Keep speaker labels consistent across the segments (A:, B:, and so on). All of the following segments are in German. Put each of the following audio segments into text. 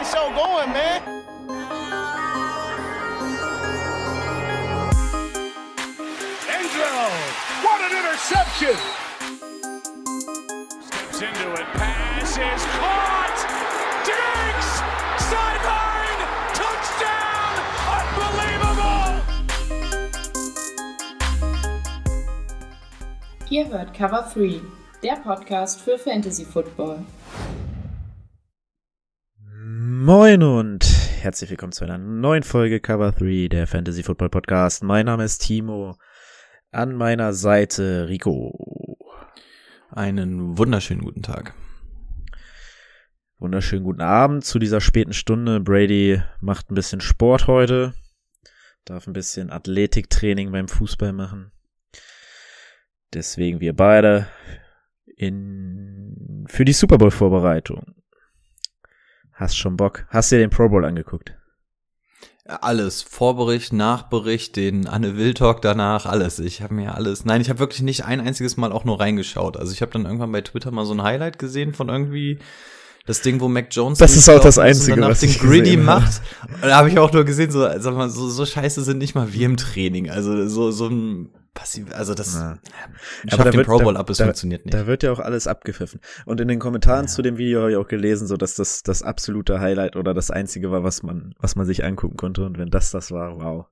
A: the show going, man.
B: Angelo, what an interception!
C: Steps into it, pass is caught! Diggs! Sideline! Touchdown! Unbelievable!
D: Ihr hört Cover 3, der Podcast für Fantasy Football.
E: Moin und herzlich willkommen zu einer neuen Folge Cover 3, der Fantasy Football Podcast. Mein Name ist Timo, an meiner Seite Rico.
F: Einen wunderschönen guten Tag.
E: Wunderschönen guten Abend zu dieser späten Stunde. Brady macht ein bisschen Sport heute, darf ein bisschen Athletiktraining beim Fußball machen. Deswegen wir beide für die Super Bowl Vorbereitung. Hast schon Bock? Hast dir den Pro Bowl angeguckt?
F: Alles. Vorbericht, Nachbericht, den Anne Will Talk danach, alles. Ich habe mir alles. Nein, ich habe wirklich nicht ein einziges Mal auch nur reingeschaut. Also ich habe dann irgendwann bei Twitter mal so ein Highlight gesehen von irgendwie das Ding, wo Mac Jones.
E: Das ist auch das Einzige,
F: was
E: den
F: ich Gritty macht. Und da habe ich auch nur gesehen, so, sag mal, so scheiße sind nicht mal wir im Training. Also so ein passiv, also das
E: aber
F: den Pro Bowl ab, es funktioniert nicht.
E: Da wird ja auch alles abgepfiffen. Und in den Kommentaren zu dem Video habe ich auch gelesen, so dass das absolute Highlight oder das einzige war, was man sich angucken konnte. Und wenn das war, wow.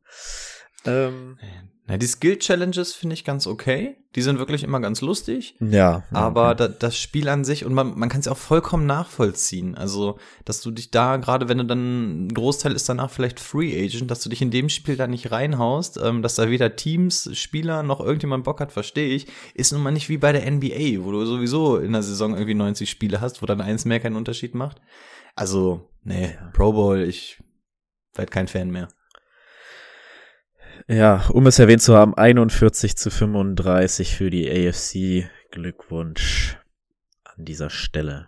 F: Die Skill-Challenges finde ich ganz okay. Die sind wirklich immer ganz lustig.
E: Ja.
F: Aber das Spiel an sich, und man kann es ja auch vollkommen nachvollziehen. Also, dass du dich da, gerade wenn du dann, ein Großteil ist danach vielleicht Free Agent, dass du dich in dem Spiel da nicht reinhaust, dass da weder Teams, Spieler noch irgendjemand Bock hat, verstehe ich. Ist nun mal nicht wie bei der NBA, wo du sowieso in der Saison irgendwie 90 Spiele hast, wo dann eins mehr keinen Unterschied macht. Also, Pro Bowl, ich werd kein Fan mehr.
E: Ja, um es erwähnt zu haben, 41-35 für die AFC. Glückwunsch an dieser Stelle.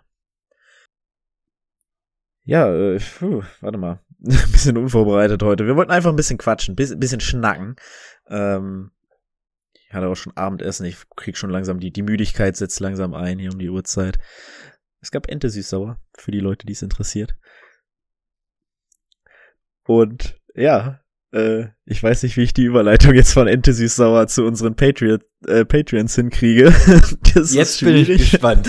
E: Ja, warte mal. Ein bisschen unvorbereitet heute. Wir wollten einfach ein bisschen quatschen, bisschen schnacken. Ich hatte auch schon Abendessen. Ich krieg schon langsam, die Müdigkeit setzt langsam ein hier um die Uhrzeit. Es gab Ente süß-sauer für die Leute, die es interessiert. Und ja, ich weiß nicht, wie ich die Überleitung jetzt von Ente süß-sauer zu unseren Patreons hinkriege.
F: Jetzt bin ich gespannt.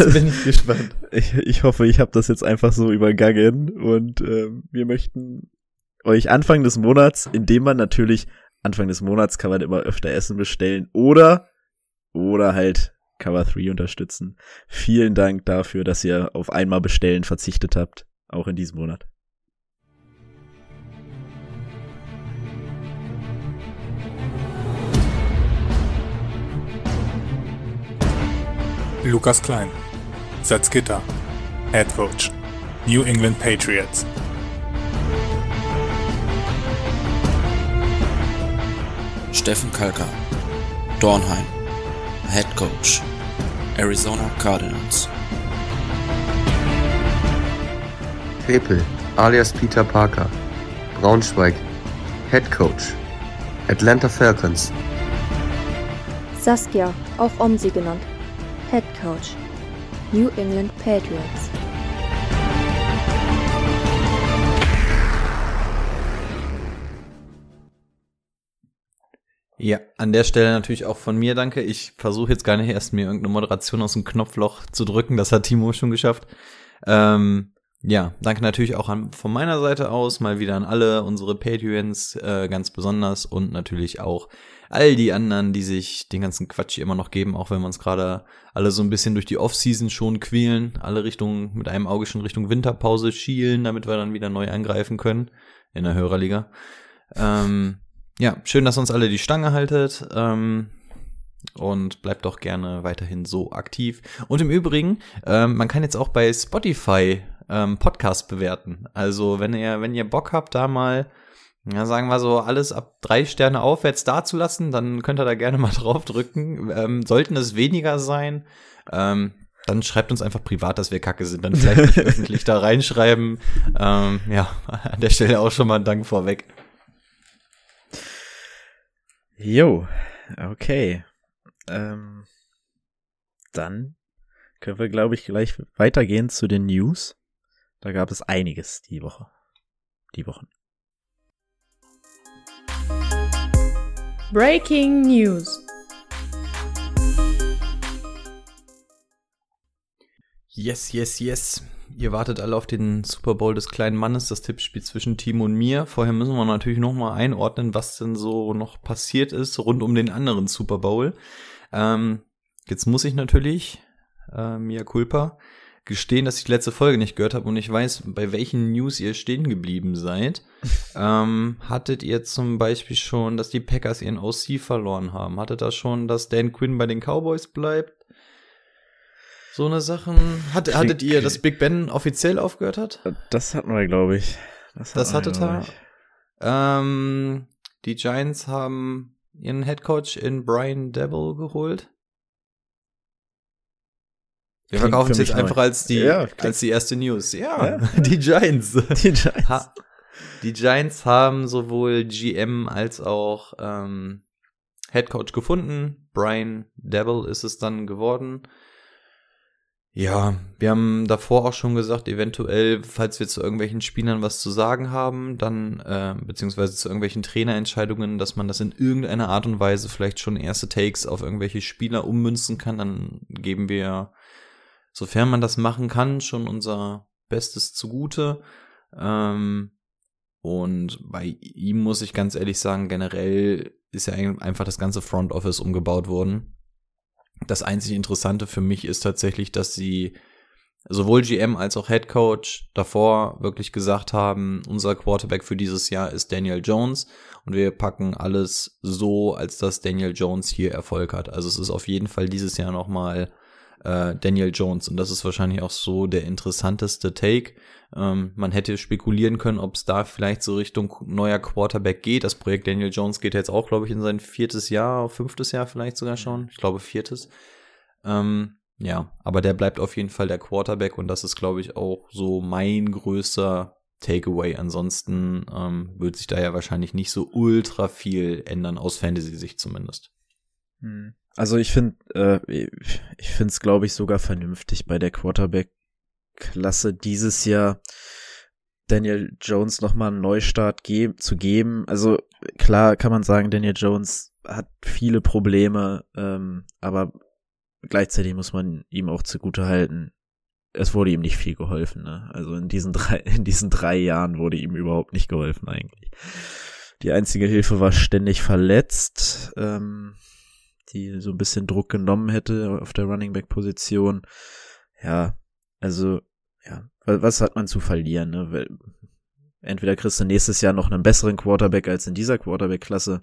E: Ich hoffe, ich habe das jetzt einfach so übergangen und wir möchten euch Anfang des Monats, indem man natürlich Anfang des Monats kann man immer öfter Essen bestellen oder halt Cover 3 unterstützen. Vielen Dank dafür, dass ihr auf einmal bestellen verzichtet habt, auch in diesem Monat.
G: Lukas Klein, Salzgitter, Head Coach, New England Patriots.
H: Steffen Kalka, Dornheim, Head Coach, Arizona Cardinals.
I: Pepel, alias Peter Parker, Braunschweig, Head Coach, Atlanta Falcons.
J: Saskia, auch Omsi genannt, Head Coach, New England Patriots.
F: Ja, an der Stelle natürlich auch von mir danke. Ich versuche jetzt gar nicht erst mir irgendeine Moderation aus dem Knopfloch zu drücken. Das hat Timo schon geschafft. Ja, danke natürlich auch von meiner Seite aus mal wieder an alle unsere Patreons, ganz besonders, und natürlich auch all die anderen, die sich den ganzen Quatsch hier immer noch geben, auch wenn wir uns gerade alle so ein bisschen durch die Offseason schon quälen, alle mit einem Auge schon Richtung Winterpause schielen, damit wir dann wieder neu angreifen können in der Hörerliga. Ja, schön, dass uns alle die Stange haltet. Und bleibt doch gerne weiterhin so aktiv. Und im Übrigen, man kann jetzt auch bei Spotify Podcast bewerten. Also wenn ihr Bock habt, da mal, ja, sagen wir so, alles ab 3 Sterne aufwärts dazulassen, dann könnt ihr da gerne mal drauf drücken. Sollten es weniger sein, dann schreibt uns einfach privat, dass wir kacke sind. Dann vielleicht nicht öffentlich da reinschreiben. Ja, an der Stelle auch schon mal ein Dank vorweg.
E: Jo, okay. Dann können wir, glaube ich, gleich weitergehen zu den News. Da gab es einiges die Wochen.
D: Breaking News.
F: Yes. Ihr wartet alle auf den Super Bowl des kleinen Mannes, das Tippspiel zwischen Timo und mir. Vorher müssen wir natürlich nochmal einordnen, was denn so noch passiert ist rund um den anderen Super Bowl. Jetzt muss ich natürlich, mea culpa, gestehen, dass ich die letzte Folge nicht gehört habe und ich weiß, bei welchen News ihr stehen geblieben seid. Hattet ihr zum Beispiel schon, dass die Packers ihren OC verloren haben? Hattet ihr schon, dass Dan Quinn bei den Cowboys bleibt? So eine Sachen. Hattet ihr, dass Big Ben offiziell aufgehört hat?
E: Das hatten wir, glaube ich.
F: Das hattet ihr. Die Giants haben ihren Headcoach in Brian Daboll geholt. Wir verkaufen es jetzt einfach als die erste News. Ja. Die Giants. Die Giants haben sowohl GM als auch Headcoach gefunden. Brian Daboll ist es dann geworden. Ja, wir haben davor auch schon gesagt, eventuell, falls wir zu irgendwelchen Spielern was zu sagen haben, dann, beziehungsweise zu irgendwelchen Trainerentscheidungen, dass man das in irgendeiner Art und Weise vielleicht schon erste Takes auf irgendwelche Spieler ummünzen kann, dann geben wir, sofern man das machen kann, schon unser Bestes zugute. Und bei ihm muss ich ganz ehrlich sagen, generell ist ja einfach das ganze Front Office umgebaut worden. Das einzig Interessante für mich ist tatsächlich, dass sie sowohl GM als auch Head Coach davor wirklich gesagt haben, unser Quarterback für dieses Jahr ist Daniel Jones und wir packen alles so, als dass Daniel Jones hier Erfolg hat. Also es ist auf jeden Fall dieses Jahr nochmal Daniel Jones und das ist wahrscheinlich auch so der interessanteste Take. Man hätte spekulieren können, ob es da vielleicht so Richtung neuer Quarterback geht. Das Projekt Daniel Jones geht jetzt auch, glaube ich, in sein 4. Jahr, 5. Jahr vielleicht sogar schon. Ich glaube 4. Ja, aber der bleibt auf jeden Fall der Quarterback und das ist, glaube ich, auch so mein größter Takeaway. Ansonsten wird sich da ja wahrscheinlich nicht so ultra viel ändern, aus Fantasy-Sicht zumindest.
E: Also ich finde es, glaube ich, sogar vernünftig bei der Quarterback-Klasse dieses Jahr Daniel Jones nochmal einen Neustart zu geben. Also klar kann man sagen, Daniel Jones hat viele Probleme, aber gleichzeitig muss man ihm auch zugute halten, es wurde ihm nicht viel geholfen. Ne? Also in diesen 3 Jahren wurde ihm überhaupt nicht geholfen eigentlich. Die einzige Hilfe war ständig verletzt, die so ein bisschen Druck genommen hätte auf der Running-Back-Position. Ja, also, ja, was hat man zu verlieren, ne? Weil entweder kriegst du nächstes Jahr noch einen besseren Quarterback als in dieser Quarterback-Klasse.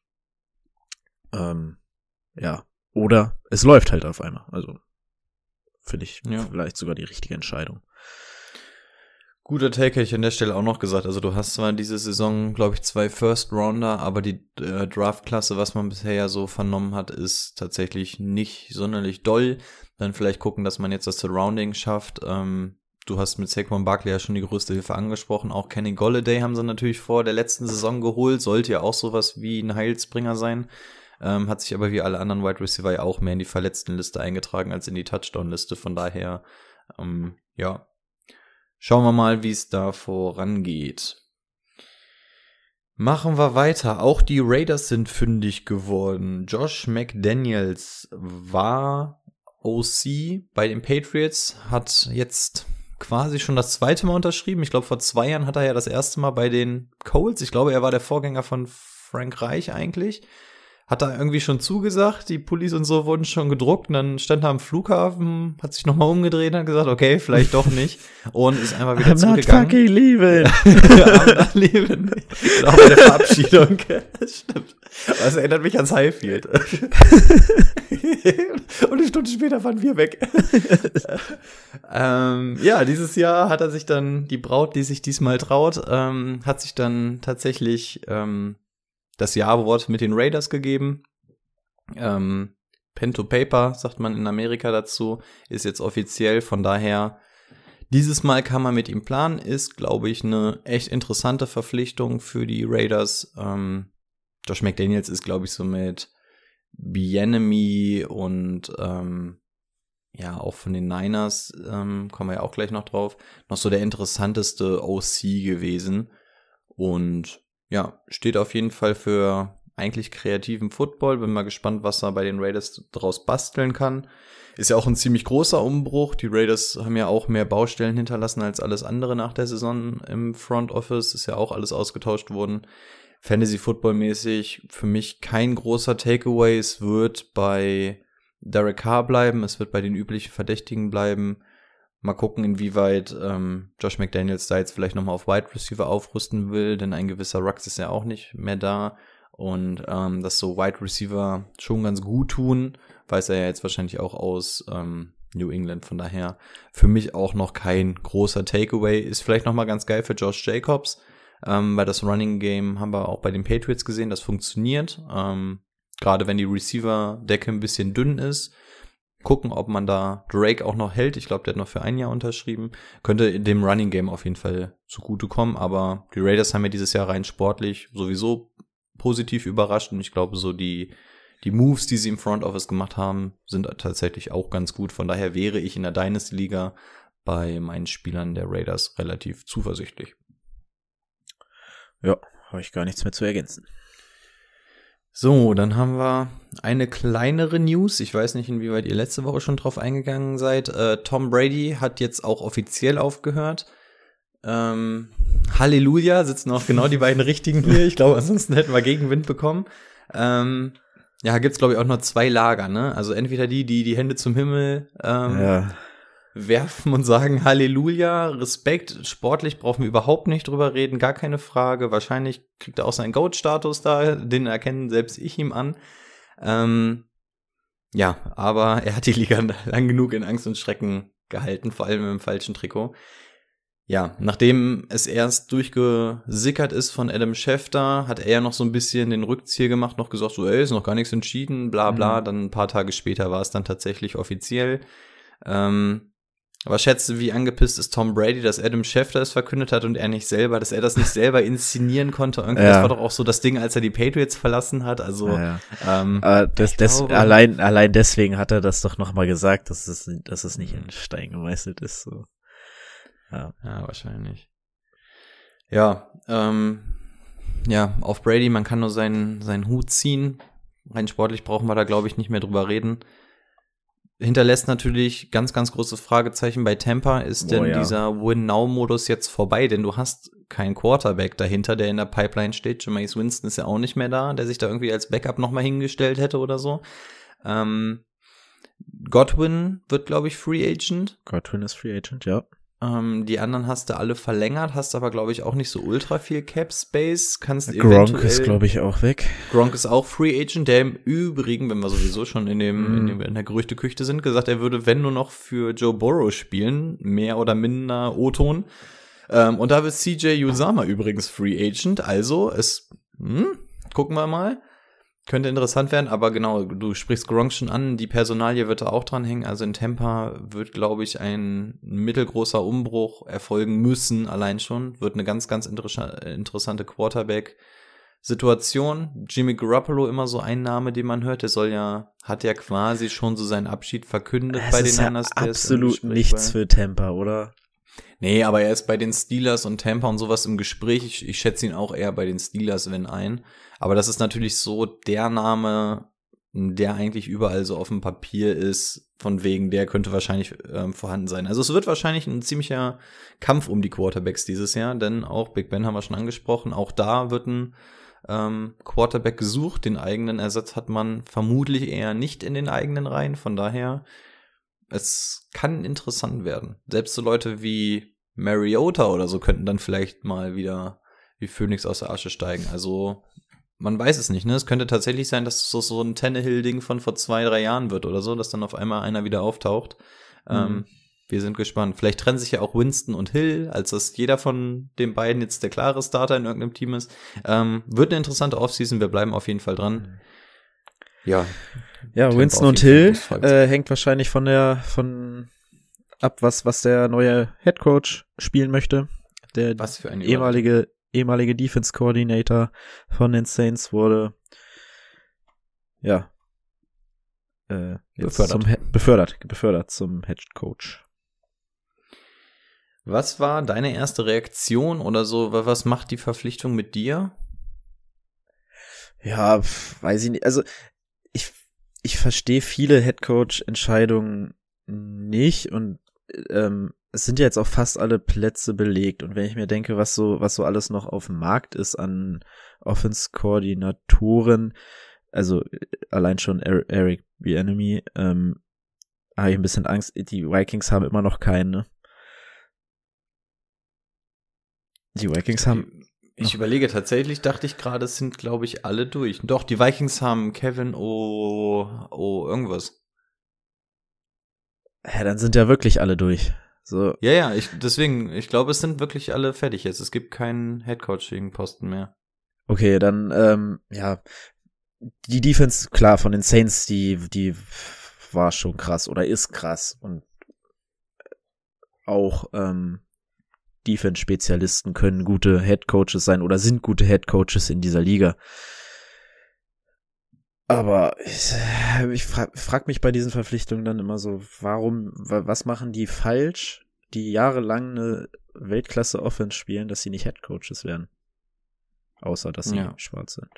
E: Ja, oder es läuft halt auf einmal. Also, finde ich vielleicht sogar die richtige Entscheidung.
F: Guter Take hätte ich an der Stelle auch noch gesagt. Also du hast zwar diese Saison, glaube ich, 2 First-Rounder, aber die Draft-Klasse, was man bisher ja so vernommen hat, ist tatsächlich nicht sonderlich doll. Dann vielleicht gucken, dass man jetzt das Surrounding schafft. Du hast mit Saquon Barkley ja schon die größte Hilfe angesprochen. Auch Kenny Golladay haben sie natürlich vor der letzten Saison geholt. Sollte ja auch sowas wie ein Heilsbringer sein. Hat sich aber wie alle anderen Wide Receiver ja auch mehr in die Verletztenliste eingetragen als in die Touchdown-Liste. Von daher, ja. Schauen wir mal, wie es da vorangeht. Machen wir weiter. Auch die Raiders sind fündig geworden. Josh McDaniels war OC bei den Patriots, hat jetzt quasi schon das 2. Mal unterschrieben. Ich glaube, vor 2 Jahren hat er ja das erste Mal bei den Colts. Ich glaube, er war der Vorgänger von Frank Reich eigentlich. Hat da irgendwie schon zugesagt, die Pullis und so wurden schon gedruckt und dann stand er am Flughafen, hat sich nochmal umgedreht und hat gesagt, okay, vielleicht doch nicht und ist einfach wieder zurückgegangen.
E: I'm not fucking leaving.
F: I'm not leaving. Auch bei der Verabschiedung. Das stimmt. Aber es erinnert mich ans Highfield. Und eine Stunde später waren wir weg. Ja, dieses Jahr hat er sich dann, die Braut, die sich diesmal traut, hat sich dann tatsächlich das Ja-Wort mit den Raiders gegeben. Pen to Paper, sagt man in Amerika dazu, ist jetzt offiziell. Von daher, dieses Mal kann man mit ihm planen. Ist, glaube ich, eine echt interessante Verpflichtung für die Raiders. Josh McDaniels ist, glaube ich, so mit Bieniemy und ja, auch von den Niners, kommen wir ja auch gleich noch drauf, noch so der interessanteste OC gewesen. Und ja, steht auf jeden Fall für eigentlich kreativen Football. Bin mal gespannt, was er bei den Raiders draus basteln kann. Ist ja auch ein ziemlich großer Umbruch. Die Raiders haben ja auch mehr Baustellen hinterlassen als alles andere nach der Saison im Front Office. Ist ja auch alles ausgetauscht worden. Fantasy-Football-mäßig für mich kein großer Takeaway. Es wird bei Derek Carr bleiben. Es wird bei den üblichen Verdächtigen bleiben. Mal gucken, inwieweit Josh McDaniels da jetzt vielleicht nochmal auf Wide Receiver aufrüsten will, denn ein gewisser Rux ist ja auch nicht mehr da. Und dass so Wide Receiver schon ganz gut tun, weiß er ja jetzt wahrscheinlich auch aus New England. Von daher für mich auch noch kein großer Takeaway. Ist vielleicht nochmal ganz geil für Josh Jacobs, weil das Running Game haben wir auch bei den Patriots gesehen, das funktioniert. Gerade wenn die Receiver-Decke ein bisschen dünn ist. Gucken, ob man da Drake auch noch hält. Ich glaube, der hat noch für 1 Jahr unterschrieben. Könnte in dem Running Game auf jeden Fall zugutekommen. Aber die Raiders haben ja dieses Jahr rein sportlich sowieso positiv überrascht. Und ich glaube, so die Moves, die sie im Front Office gemacht haben, sind tatsächlich auch ganz gut. Von daher wäre ich in der Dynasty-Liga bei meinen Spielern der Raiders relativ zuversichtlich.
E: Ja, habe ich gar nichts mehr zu ergänzen.
F: So, dann haben wir eine kleinere News. Ich weiß nicht, inwieweit ihr letzte Woche schon drauf eingegangen seid. Tom Brady hat jetzt auch offiziell aufgehört. Halleluja, sitzen auch genau die beiden Richtigen hier. Ich glaube, ansonsten hätten wir Gegenwind bekommen. Ja, gibt's glaube ich auch nur 2 Lager, ne? Also entweder die Hände zum Himmel werfen und sagen Halleluja, Respekt, sportlich brauchen wir überhaupt nicht drüber reden, gar keine Frage. Wahrscheinlich kriegt er auch seinen GOAT-Status da, den erkennen selbst ich ihm an. Ja, aber er hat die Liga lang genug in Angst und Schrecken gehalten, vor allem im falschen Trikot. Ja, nachdem es erst durchgesickert ist von Adam Schefter, hat er ja noch so ein bisschen den Rückzieher gemacht, noch gesagt, so, ist noch gar nichts entschieden, bla bla. Dann ein paar Tage später war es dann tatsächlich offiziell. Aber schätze, wie angepisst ist Tom Brady, dass Adam Schefter es verkündet hat und er nicht selber, dass er das nicht selber inszenieren konnte. Irgendwie, das war doch auch so das Ding, als er die Patriots verlassen hat. Also
E: allein deswegen hat er das doch nochmal gesagt, dass es nicht in Stein gemeißelt ist. So.
F: Ja, wahrscheinlich. Ja, auf Brady, man kann nur seinen Hut ziehen. Rein sportlich brauchen wir da, glaube ich, nicht mehr drüber reden. Hinterlässt natürlich ganz, ganz große Fragezeichen bei Tampa. Ist denn dieser Win-Now-Modus jetzt vorbei? Denn du hast keinen Quarterback dahinter, der in der Pipeline steht. Jameis Winston ist ja auch nicht mehr da, der sich da irgendwie als Backup nochmal hingestellt hätte oder so. Godwin wird, glaube ich, Free Agent.
E: Godwin ist Free Agent, ja.
F: Die anderen hast du alle verlängert, hast aber, glaube ich, auch nicht so ultra viel Cap-Space.
E: Gronk ist, glaube ich, auch weg.
F: Gronk ist auch Free Agent, der im Übrigen, wenn wir sowieso schon in der Gerüchteküche sind, gesagt, er würde, wenn nur noch für Joe Burrow spielen, mehr oder minder O-Ton. Und da wird CJ Uzomah übrigens Free Agent, also gucken wir mal. Könnte interessant werden, aber genau, du sprichst Gronk schon an, die Personalie wird da auch dran hängen, also in Tampa wird, glaube ich, ein mittelgroßer Umbruch erfolgen müssen, allein schon, wird eine ganz, ganz interessante Quarterback-Situation. Jimmy Garoppolo immer so ein Name, den man hört, hat ja quasi schon so seinen Abschied verkündet bei den Niners.
E: Ja absolut nichts für Tampa, oder?
F: Nee, aber er ist bei den Steelers und Tampa und sowas im Gespräch. Ich schätze ihn auch eher bei den Steelers, wenn ein. Aber das ist natürlich so der Name, der eigentlich überall so auf dem Papier ist, von wegen, der könnte wahrscheinlich vorhanden sein. Also es wird wahrscheinlich ein ziemlicher Kampf um die Quarterbacks dieses Jahr, denn auch Big Ben haben wir schon angesprochen. Auch da wird ein Quarterback gesucht. Den eigenen Ersatz hat man vermutlich eher nicht in den eigenen Reihen. Von daher, es kann interessant werden. Selbst so Leute wie Mariota oder so könnten dann vielleicht mal wieder wie Phönix aus der Asche steigen. Also man weiß es nicht, ne? Es könnte tatsächlich sein, dass es so ein Tannehill-Ding von vor 2-3 Jahren wird oder so, dass dann auf einmal einer wieder auftaucht. Wir sind gespannt. Vielleicht trennen sich ja auch Winston und Hill, als dass jeder von den beiden jetzt der klare Starter in irgendeinem Team ist. Wird eine interessante Offseason, wir bleiben auf jeden Fall dran. Ja,
E: Winston und Hill hängt wahrscheinlich ab, was der neue Headcoach spielen möchte. Der
F: was für ein
E: ehemalige Defense Coordinator von den Saints wurde jetzt
F: befördert.
E: befördert zum Head Coach.
F: Was war deine erste Reaktion oder so? Was macht die Verpflichtung mit dir?
E: Ja, weiß ich nicht. Also ich verstehe viele Headcoach-Entscheidungen nicht und es sind ja jetzt auch fast alle Plätze belegt. Und wenn ich mir denke, was so alles noch auf dem Markt ist an Offense-Koordinatoren, also allein schon Eric Bieniemy, habe ich ein bisschen Angst. Die Vikings haben immer noch keinen, ne? Die Vikings haben...
F: Ich überlege tatsächlich, dachte ich gerade, es sind, glaube ich, alle durch. Doch, die Vikings haben Kevin irgendwas.
E: Ja, dann sind ja wirklich alle durch. So.
F: Ja, ich glaube, es sind wirklich alle fertig jetzt. Es gibt keinen Headcoaching-Posten mehr.
E: Okay, dann, die Defense, klar, von den Saints, die war schon krass oder ist krass und auch, Defense-Spezialisten können gute Headcoaches sein oder sind gute Headcoaches in dieser Liga. Aber ich frag mich bei diesen Verpflichtungen dann immer so, was machen die falsch, die jahrelang eine Weltklasse-Offense spielen, dass sie nicht Headcoaches werden? Außer, dass sie schwarz sind.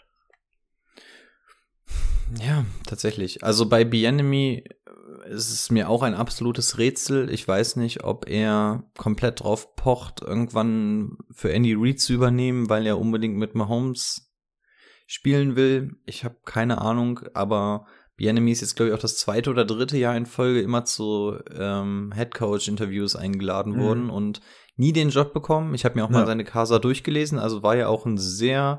F: Ja, tatsächlich. Also bei Bieniemy ist es mir auch ein absolutes Rätsel. Ich weiß nicht, ob er komplett drauf pocht, irgendwann für Andy Reid zu übernehmen, weil er unbedingt mit Mahomes spielen will. Ich habe keine Ahnung, aber Bieniemy ist jetzt, glaube ich, auch das 2. oder 3. Jahr in Folge immer zu Headcoach-Interviews eingeladen worden und nie den Job bekommen. Ich habe mir auch mal seine Casa durchgelesen, also war ja auch ein sehr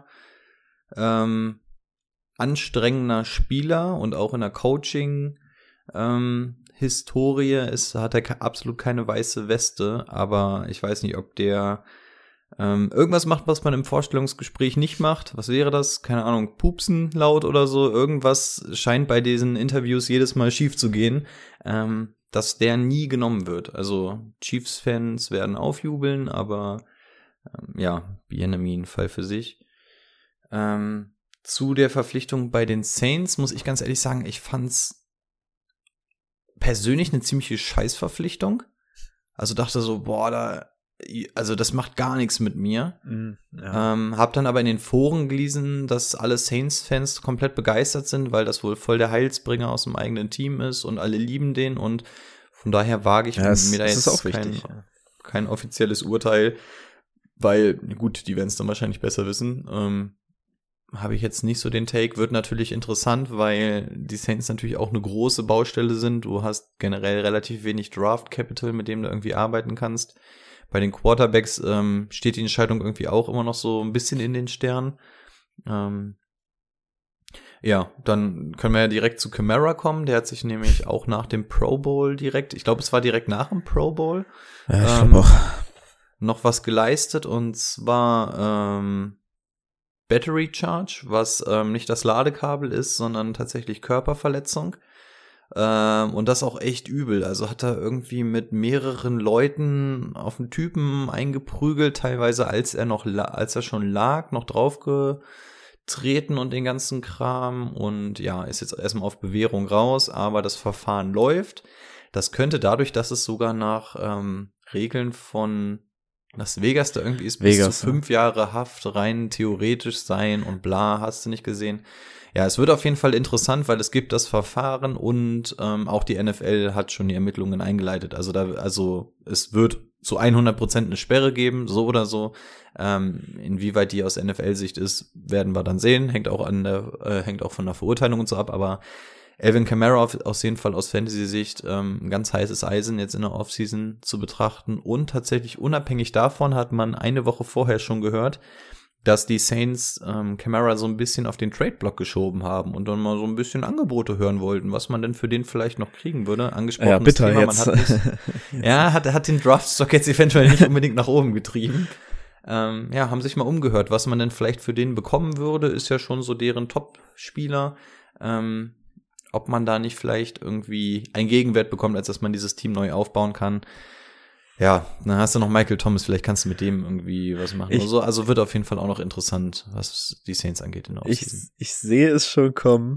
F: anstrengender Spieler und auch in der Coaching Historie hat er absolut keine weiße Weste, aber ich weiß nicht, ob der irgendwas macht, was man im Vorstellungsgespräch nicht macht. Was wäre das? Keine Ahnung, pupsen laut oder so. Irgendwas scheint bei diesen Interviews jedes Mal schief zu gehen, dass der nie genommen wird. Also Chiefs-Fans werden aufjubeln, aber Bieniemy ein Fall für sich. Zu der Verpflichtung bei den Saints muss ich ganz ehrlich sagen, ich fand's persönlich eine ziemliche Scheißverpflichtung. Also dachte so, das macht gar nichts mit mir. Hab dann aber in den Foren gelesen, dass alle Saints-Fans komplett begeistert sind, weil das wohl voll der Heilsbringer aus dem eigenen Team ist und alle lieben den und von daher wage ich mir da jetzt kein offizielles Urteil, weil, gut, die werden es dann wahrscheinlich besser wissen. Habe ich jetzt nicht so den Take, wird natürlich interessant, weil die Saints natürlich auch eine große Baustelle sind. Du hast generell relativ wenig Draft Capital, mit dem du irgendwie arbeiten kannst. Bei den Quarterbacks steht die Entscheidung irgendwie auch immer noch so ein bisschen in den Sternen. Dann können wir ja direkt zu Kamara kommen. Der hat sich nämlich auch nach dem Pro Bowl ich glaube, es war direkt nach dem Pro Bowl,
E: ja, ich glaube auch,
F: noch was geleistet und zwar Battery Charge, was nicht das Ladekabel ist, sondern tatsächlich Körperverletzung. Und das auch echt übel. Also hat er irgendwie mit mehreren Leuten auf einen Typen eingeprügelt, teilweise als er schon lag, noch draufgetreten und den ganzen Kram. Und ist jetzt erstmal auf Bewährung raus, aber das Verfahren läuft. Das könnte dadurch, dass es sogar nach Regeln von Las Vegas da irgendwie ist, bis zu 5 Jahre Haft rein theoretisch sein und bla, hast du nicht gesehen. Ja, es wird auf jeden Fall interessant, weil es gibt das Verfahren und auch die NFL hat schon die Ermittlungen eingeleitet. Also es wird zu 100% eine Sperre geben, so oder so. Inwieweit die aus NFL-Sicht ist, werden wir dann sehen. Hängt auch von der Verurteilung und so ab, aber Alvin Kamara auf jeden Fall aus Fantasy-Sicht ein ganz heißes Eisen jetzt in der Offseason zu betrachten. Und tatsächlich unabhängig davon hat man eine Woche vorher schon gehört, dass die Saints Kamara so ein bisschen auf den Trade-Block geschoben haben und dann mal so ein bisschen Angebote hören wollten, was man denn für den vielleicht noch kriegen würde. Angesprochen.
E: Ja, bitter
F: Thema,
E: jetzt.
F: Hat den Draftstock jetzt eventuell nicht unbedingt nach oben getrieben. Haben sich mal umgehört, was man denn vielleicht für den bekommen würde, ist ja schon so deren Top-Spieler. Ob man da nicht vielleicht irgendwie einen Gegenwert bekommt, als dass man dieses Team neu aufbauen kann. Ja, dann hast du noch Michael Thomas, vielleicht kannst du mit dem irgendwie was machen. Also wird auf jeden Fall auch noch interessant, was die Saints angeht in der Offseason.
E: Ich sehe es schon kommen.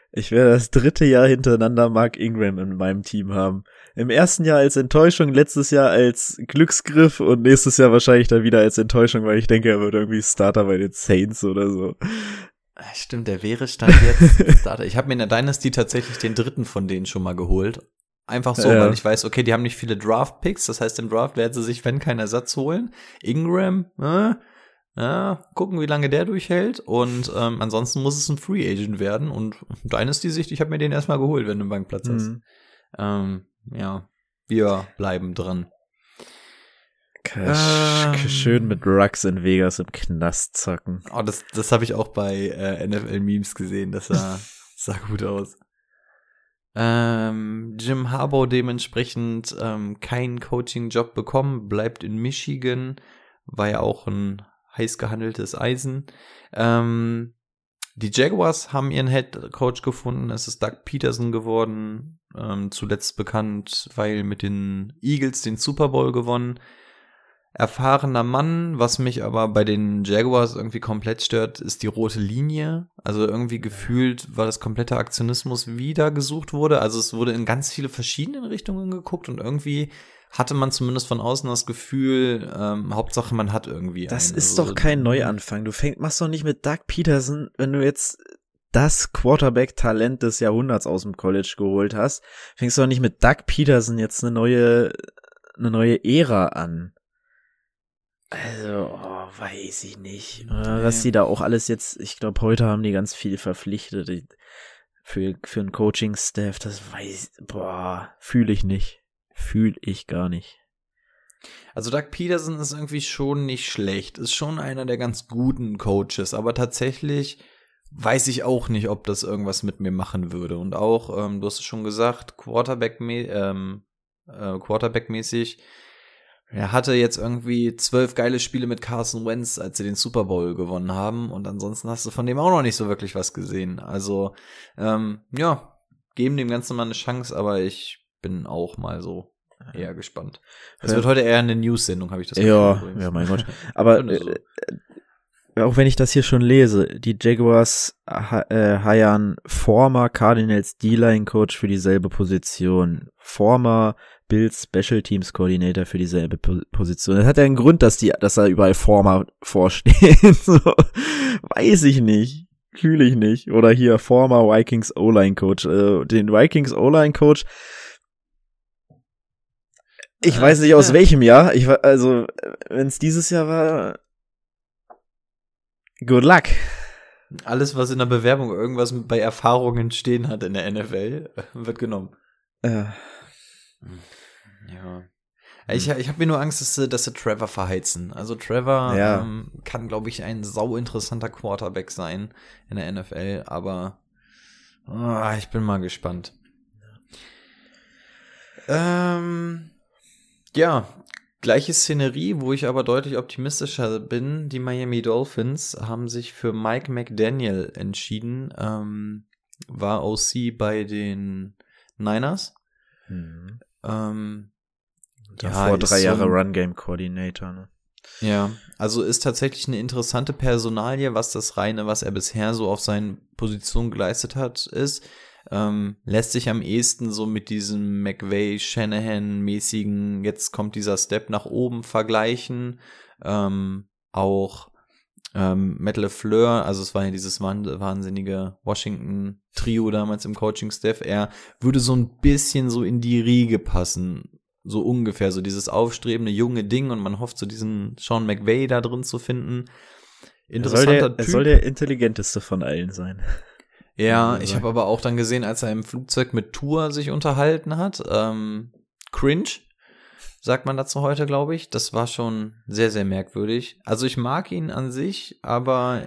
E: Ich werde das 3. Jahr hintereinander Mark Ingram in meinem Team haben. Im ersten Jahr als Enttäuschung, letztes Jahr als Glücksgriff und nächstes Jahr wahrscheinlich dann wieder als Enttäuschung, weil ich denke, er wird irgendwie Starter bei den Saints oder so.
F: Stimmt, der wäre Stand jetzt Starter. Ich habe mir in der Dynasty tatsächlich den 3. von denen schon mal geholt. Einfach so, weil ich weiß, okay, die haben nicht viele Draft-Picks, das heißt, im Draft werden sie sich, wenn, keinen Ersatz holen. Ingram, gucken, wie lange der durchhält und ansonsten muss es ein Free Agent werden und Dynasty-Sicht, ich habe mir den erstmal geholt, wenn du einen Bankplatz hast. Wir bleiben dran.
E: Schön mit Ruggs in Vegas im Knast zocken.
F: Oh, das habe ich auch bei NFL-Memes gesehen, das sah gut aus. Jim Harbaugh dementsprechend keinen Coaching-Job bekommen, bleibt in Michigan, war ja auch ein heiß gehandeltes Eisen. Die Jaguars haben ihren Head Coach gefunden, es ist Doug Peterson geworden, zuletzt bekannt, weil mit den Eagles den Super Bowl gewonnen. Erfahrener Mann, was mich aber bei den Jaguars irgendwie komplett stört, ist die rote Linie. Also irgendwie gefühlt, weil das komplette Aktionismus wieder gesucht wurde. Also es wurde in ganz viele verschiedene Richtungen geguckt und irgendwie hatte man zumindest von außen das Gefühl, Hauptsache man hat irgendwie
E: Das ist doch kein Neuanfang. Du machst doch nicht mit Doug Peterson, wenn du jetzt das Quarterback-Talent des Jahrhunderts aus dem College geholt hast, fängst du doch nicht mit Doug Peterson jetzt eine neue Ära an. Also, weiß ich nicht. Was die da auch alles jetzt, ich glaube, heute haben die ganz viel verpflichtet für einen Coaching-Staff, fühle ich nicht. Fühle ich gar nicht.
F: Also Doug Peterson ist irgendwie schon nicht schlecht, ist schon einer der ganz guten Coaches, aber tatsächlich weiß ich auch nicht, ob das irgendwas mit mir machen würde. Und auch, du hast es schon gesagt, Quarterback-mäßig, er hatte jetzt irgendwie 12 geile Spiele mit Carson Wentz, als sie den Super Bowl gewonnen haben. Und ansonsten hast du von dem auch noch nicht so wirklich was gesehen. Also, geben dem Ganzen mal eine Chance, aber ich bin auch mal so eher gespannt. Es wird heute eher eine News-Sendung, habe ich das Gefühl.
E: Ja, mein Gott. Aber auch wenn ich das hier schon lese, die Jaguars hiren former Cardinals D-Line-Coach für dieselbe Position. Former Bills Special Teams Coordinator für dieselbe Position. Das hat ja einen Grund, dass da überall Former vorstehen. So, weiß ich nicht. Fühle ich nicht. Oder hier former Vikings O-Line Coach. Den Vikings O-Line Coach. Ich weiß nicht aus welchem Jahr. Wenn es dieses Jahr war, good luck.
F: Alles, was in der Bewerbung irgendwas bei Erfahrungen stehen hat in der NFL, wird genommen. Ja. Ich habe mir nur Angst, dass sie Trevor verheizen. Also Trevor kann, glaube ich, ein sau interessanter Quarterback sein in der NFL, aber ich bin mal gespannt. Gleiche Szenerie, wo ich aber deutlich optimistischer bin. Die Miami Dolphins haben sich für Mike McDaniel entschieden, war OC bei den Niners.
E: Davor 3 Jahre Run-Game-Coordinator, ne?
F: Ja, also ist tatsächlich eine interessante Personalie, was er bisher so auf seinen Positionen geleistet hat, ist. Lässt sich am ehesten so mit diesem McVay-Shanahan-mäßigen, jetzt kommt dieser Step nach oben vergleichen. Auch Matt LaFleur, also es war ja dieses wahnsinnige Washington-Trio damals im Coaching-Staff, er würde so ein bisschen so in die Riege passen, so ungefähr, so dieses aufstrebende junge Ding und man hofft so diesen Sean McVay da drin zu finden. Interessanter Typ.
E: Er soll der intelligenteste von allen sein.
F: Ja, ich habe aber auch dann gesehen, als er im Flugzeug mit Tour sich unterhalten hat, cringe, sagt man dazu heute, glaube ich. Das war schon sehr, sehr merkwürdig. Also ich mag ihn an sich, aber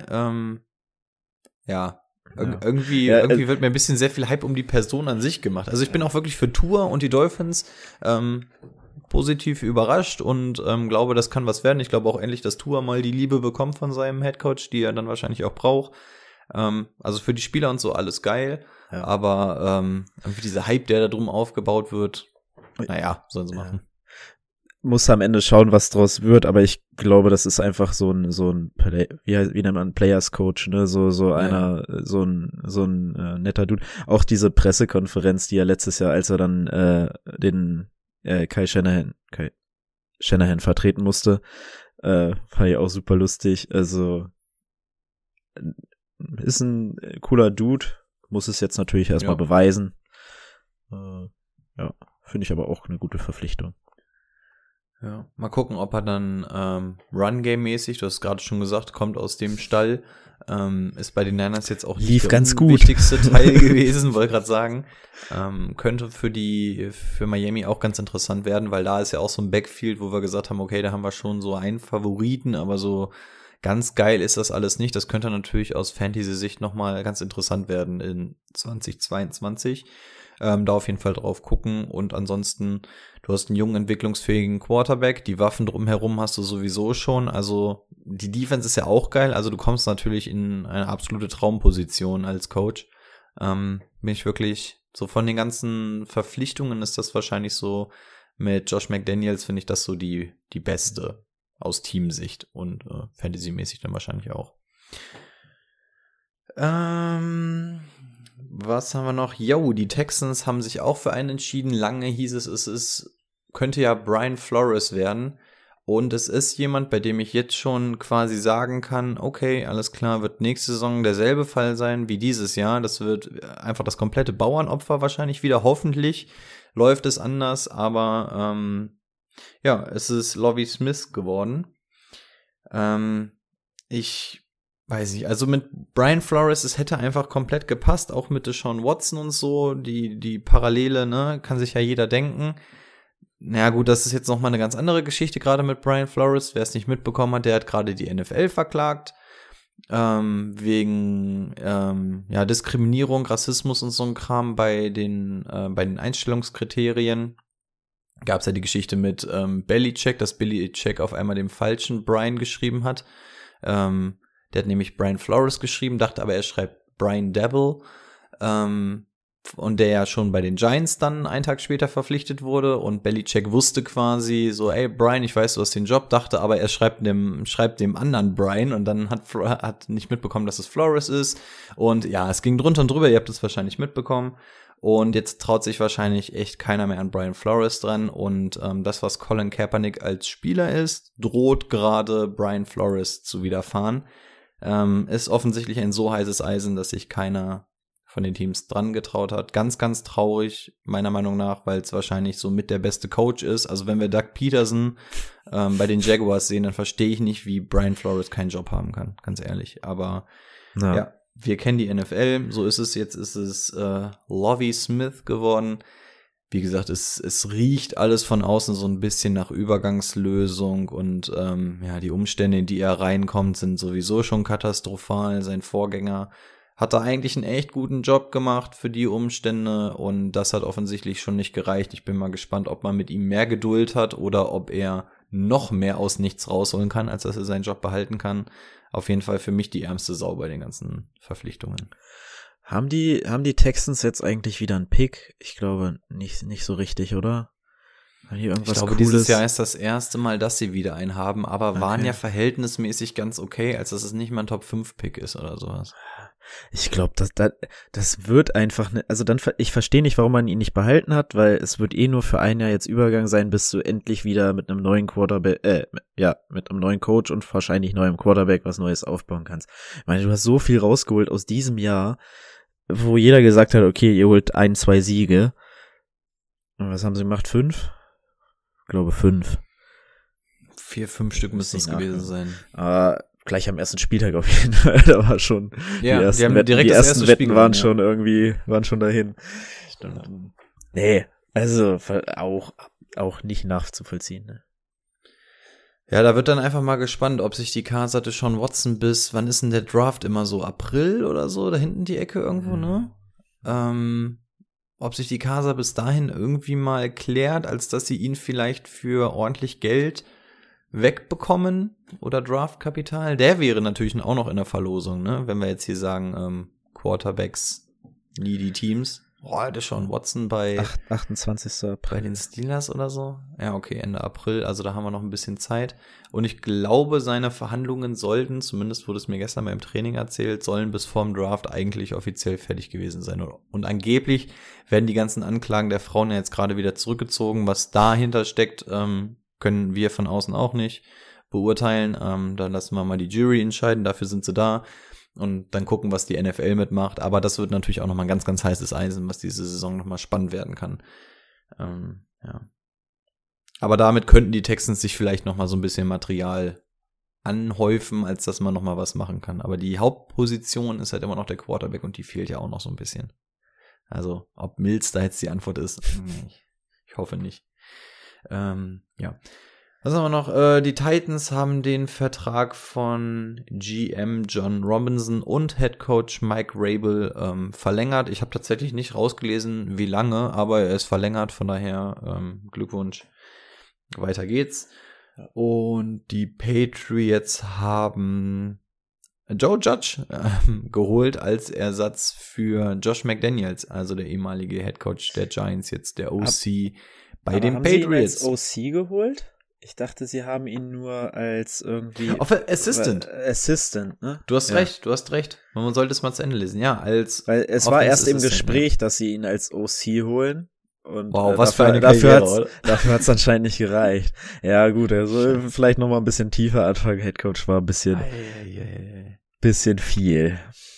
F: irgendwie wird mir ein bisschen sehr viel Hype um die Person an sich gemacht. Also ich bin auch wirklich für Tour und die Dolphins positiv überrascht und glaube, das kann was werden. Ich glaube auch endlich, dass Tour mal die Liebe bekommt von seinem Headcoach, die er dann wahrscheinlich auch braucht. Also für die Spieler und so alles geil, aber irgendwie dieser Hype, der da drum aufgebaut wird, sollen sie machen.
E: muss am Ende schauen, was draus wird, aber ich glaube, das ist einfach so ein wie nennt man Players Coach, ne, so ein netter Dude. Auch diese Pressekonferenz, die er letztes Jahr, als er dann den Kai Shanahan vertreten musste, fand ich auch super lustig. Also ist ein cooler Dude, muss es jetzt natürlich erstmal beweisen. Ja, finde ich aber auch eine gute Verpflichtung.
F: Ja, mal gucken, ob er dann Run-Game-mäßig, du hast gerade schon gesagt, kommt aus dem Stall, ist bei den Niners jetzt auch
E: nicht
F: der wichtigste Teil gewesen, wollte gerade sagen. Könnte für Miami auch ganz interessant werden, weil da ist ja auch so ein Backfield, wo wir gesagt haben, okay, da haben wir schon so einen Favoriten, aber so ganz geil ist das alles nicht. Das könnte natürlich aus Fantasy-Sicht nochmal ganz interessant werden in 2022. Da auf jeden Fall drauf gucken und ansonsten, du hast einen jungen, entwicklungsfähigen Quarterback, die Waffen drumherum hast du sowieso schon, also die Defense ist ja auch geil, also du kommst natürlich in eine absolute Traumposition als Coach. Bin ich wirklich, so von den ganzen Verpflichtungen ist das wahrscheinlich so, mit Josh McDaniels finde ich das so die beste aus Teamsicht und Fantasy-mäßig dann wahrscheinlich auch. Was haben wir noch? Die Texans haben sich auch für einen entschieden. Lange hieß es könnte ja Brian Flores werden. Und es ist jemand, bei dem ich jetzt schon quasi sagen kann, okay, alles klar, wird nächste Saison derselbe Fall sein wie dieses Jahr. Das wird einfach das komplette Bauernopfer wahrscheinlich wieder. Hoffentlich läuft es anders, aber es ist Lovie Smith geworden. Ich weiß nicht, also mit Brian Flores, es hätte einfach komplett gepasst, auch mit Deshaun Watson und so, die Parallele, ne, kann sich ja jeder denken. Naja gut, das ist jetzt nochmal eine ganz andere Geschichte, gerade mit Brian Flores. Wer es nicht mitbekommen hat, der hat gerade die NFL verklagt, wegen Diskriminierung, Rassismus und so ein Kram bei den Einstellungskriterien. Gab es ja die Geschichte mit Belichick, dass Belichick auf einmal dem falschen Brian geschrieben hat. Der hat nämlich Brian Flores geschrieben, dachte aber, er schreibt Brian Dabble. Und der ja schon bei den Giants dann einen Tag später verpflichtet wurde. Und Belichick wusste quasi so, ey, Brian, ich weiß, du hast den Job, dachte aber, er schreibt dem anderen Brian. Und dann hat nicht mitbekommen, dass es Flores ist. Und ja, es ging drunter und drüber, ihr habt es wahrscheinlich mitbekommen. Und jetzt traut sich wahrscheinlich echt keiner mehr an Brian Flores dran. Und das, was Colin Kaepernick als Spieler ist, droht gerade Brian Flores zu widerfahren. Ist offensichtlich ein so heißes Eisen, dass sich keiner von den Teams dran getraut hat. Ganz, ganz traurig, meiner Meinung nach, weil es wahrscheinlich so mit der beste Coach ist. Also wenn wir Doug Peterson bei den Jaguars sehen, dann verstehe ich nicht, wie Brian Flores keinen Job haben kann, ganz ehrlich. Aber ja, wir kennen die NFL, so ist es. Jetzt ist es Lovie Smith geworden. Wie gesagt, es riecht alles von außen so ein bisschen nach Übergangslösung und die Umstände, in die er reinkommt, sind sowieso schon katastrophal. Sein Vorgänger hat da eigentlich einen echt guten Job gemacht für die Umstände und das hat offensichtlich schon nicht gereicht. Ich bin mal gespannt, ob man mit ihm mehr Geduld hat oder ob er noch mehr aus nichts rausholen kann, als dass er seinen Job behalten kann. Auf jeden Fall für mich die ärmste Sau bei den ganzen Verpflichtungen.
E: Haben die Texans jetzt eigentlich wieder einen Pick? Ich glaube nicht so richtig, oder? Ich glaube,
F: dieses Jahr ist das erste Mal, dass sie wieder einen haben, aber waren ja verhältnismäßig ganz okay, als dass es nicht mal ein Top-5-Pick ist oder sowas.
E: Ich glaube, das wird einfach, ich verstehe nicht, warum man ihn nicht behalten hat, weil es wird nur für ein Jahr jetzt Übergang sein, bis du endlich wieder mit einem neuen Quarterback, mit einem neuen Coach und wahrscheinlich neuem Quarterback was Neues aufbauen kannst. Ich meine, du hast so viel rausgeholt aus diesem Jahr, wo jeder gesagt hat, okay, ihr holt 1-2 Siege. Und was haben sie gemacht? 5? Ich glaube 5.
F: 4-5 Stück müssen es gewesen sein.
E: Gleich am ersten Spieltag auf jeden Fall. Da war schon, die ersten Wetten waren schon irgendwie, dahin. Stimmt. Nee, also auch nicht nachzuvollziehen, ne?
F: Ja, da wird dann einfach mal gespannt, ob sich die Cards hatte schon Watson bis, wann ist denn der Draft immer so? April oder so? Da hinten die Ecke irgendwo, ne? Ob sich die Casa bis dahin irgendwie mal klärt, als dass sie ihn vielleicht für ordentlich Geld wegbekommen oder Draftkapital. Der wäre natürlich auch noch in der Verlosung, ne? Wenn wir jetzt hier sagen, Quarterbacks, needy Teams. Der Sean Watson bei
E: 28. April.
F: Bei den Steelers oder so? Ja, okay, Ende April, also da haben wir noch ein bisschen Zeit. Und ich glaube, seine Verhandlungen sollten, zumindest wurde es mir gestern beim Training erzählt, sollen bis vorm Draft eigentlich offiziell fertig gewesen sein. Und angeblich werden die ganzen Anklagen der Frauen ja jetzt gerade wieder zurückgezogen. Was dahinter steckt, können wir von außen auch nicht beurteilen. Da lassen wir mal die Jury entscheiden, dafür sind sie da. Und dann gucken, was die NFL mitmacht. Aber das wird natürlich auch nochmal ein ganz, ganz heißes Eisen, was diese Saison nochmal spannend werden kann. Ja. Aber damit könnten die Texans sich vielleicht nochmal so ein bisschen Material anhäufen, als dass man nochmal was machen kann. Aber die Hauptposition ist halt immer noch der Quarterback und die fehlt ja auch noch so ein bisschen. Also, ob Mills da jetzt die Antwort ist, ich hoffe nicht. Ja. Was haben wir noch? Die Titans haben den Vertrag von GM John Robinson und Head Coach Mike Rabel verlängert. Ich habe tatsächlich nicht rausgelesen, wie lange, aber er ist verlängert, von daher Glückwunsch. Weiter geht's. Und die Patriots haben Joe Judge geholt als Ersatz für Josh McDaniels, also der ehemalige Head Coach der Giants, jetzt der OC bei den
E: haben
F: Patriots.
E: Sie ihn als OC geholt? Ich dachte, sie haben ihn nur als irgendwie
F: Assistant.
E: Assistant, ne?
F: Du hast recht. Man sollte es mal zu Ende lesen. Ja,
E: weil es war erst im Gespräch, dass sie ihn als OC holen. Und
F: wow, was für eine Karriere,
E: dafür hat's anscheinend nicht gereicht. Ja, gut, also vielleicht noch mal ein bisschen tiefer anfangen. Headcoach war ein bisschen viel.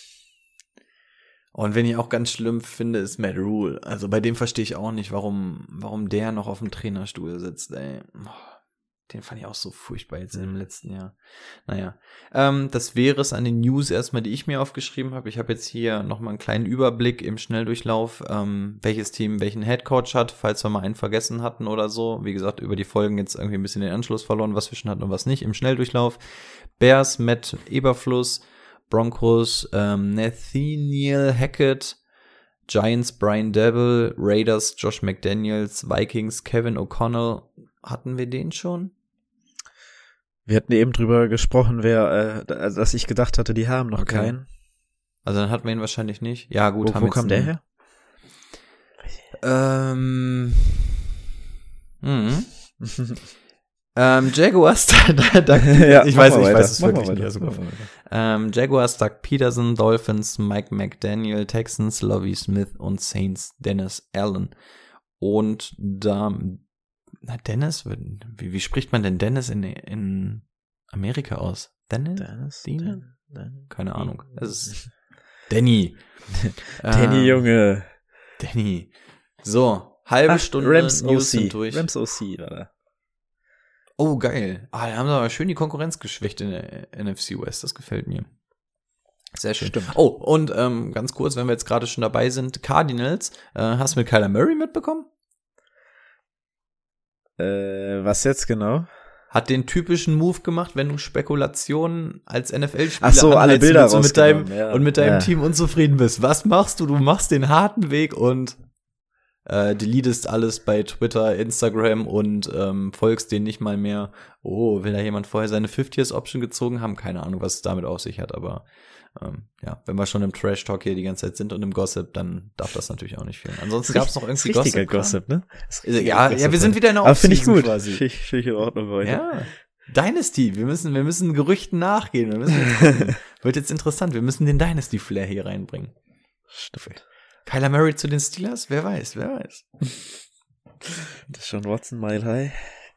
E: Und
F: wenn ich auch ganz schlimm finde, ist Matt Rule. Also bei dem verstehe ich auch nicht, warum der noch auf dem Trainerstuhl sitzt, ey. Den fand ich auch so furchtbar jetzt im letzten Jahr. Naja, das wäre es an den News erstmal, die ich mir aufgeschrieben habe. Ich habe jetzt hier nochmal einen kleinen Überblick im Schnelldurchlauf, welches Team welchen Headcoach hat, falls wir mal einen vergessen hatten oder so. Wie gesagt, über die Folgen jetzt irgendwie ein bisschen den Anschluss verloren, was wir schon hatten und was nicht im Schnelldurchlauf. Bears, Matt Eberfluss, Broncos, Nathaniel Hackett, Giants, Brian Dabble, Raiders, Josh McDaniels, Vikings, Kevin O'Connell. Hatten wir den schon?
E: Wir hatten eben drüber gesprochen, dass ich gedacht hatte, die haben noch keinen.
F: Also dann hatten wir ihn wahrscheinlich nicht. Ja, gut.
E: Wo kam der her?
F: Jaguars, ich weiß, es wirklich nicht aus dem Kopf. Jaguars, Doug Peterson, Dolphins, Mike McDaniel, Texans, Lovie Smith und Saints, Dennis Allen. Und da Dennis, wie spricht man denn Dennis in Amerika aus? Dennis? Keine Ahnung. Es ist Danny.
E: Danny, Junge.
F: Danny. So, halbe Stunde
E: Rams
F: News
E: OC.
F: sind durch.
E: Rams OC, oder?
F: Oh, geil. Da haben sie aber schön die Konkurrenz geschwächt in der NFC West. Das gefällt mir. Sehr schön.
E: Stimmt.
F: Oh, und ganz kurz, wenn wir jetzt gerade schon dabei sind, Cardinals, hast du mit Kyler Murray mitbekommen?
E: Was jetzt genau?
F: Hat den typischen Move gemacht, wenn du Spekulationen als NFL-Spieler
E: alle Bilder
F: und mit deinem
E: ja.
F: Team unzufrieden bist. Was machst du? Du machst den harten Weg und deletest alles bei Twitter, Instagram und folgst denen nicht mal mehr. Oh, will da jemand vorher seine 50-Years-Option gezogen haben? Keine Ahnung, was es damit auf sich hat, aber ja, wenn wir schon im Trash-Talk hier die ganze Zeit sind und im Gossip, dann darf das natürlich auch nicht fehlen. Ansonsten gab es noch irgendwie
E: Gossip, ne?
F: Ja, wir sind wieder in der
E: Offseason. Aber finde ich gut.
F: Quasi.
E: Finde ich in Ordnung heute.
F: Ja. Dynasty, wir müssen Gerüchten nachgehen. Wird jetzt interessant. Wir müssen den Dynasty-Flair hier reinbringen.
E: Stimmt.
F: Kyler Murray zu den Steelers? Wer weiß.
E: Das ist schon Watson Mile High.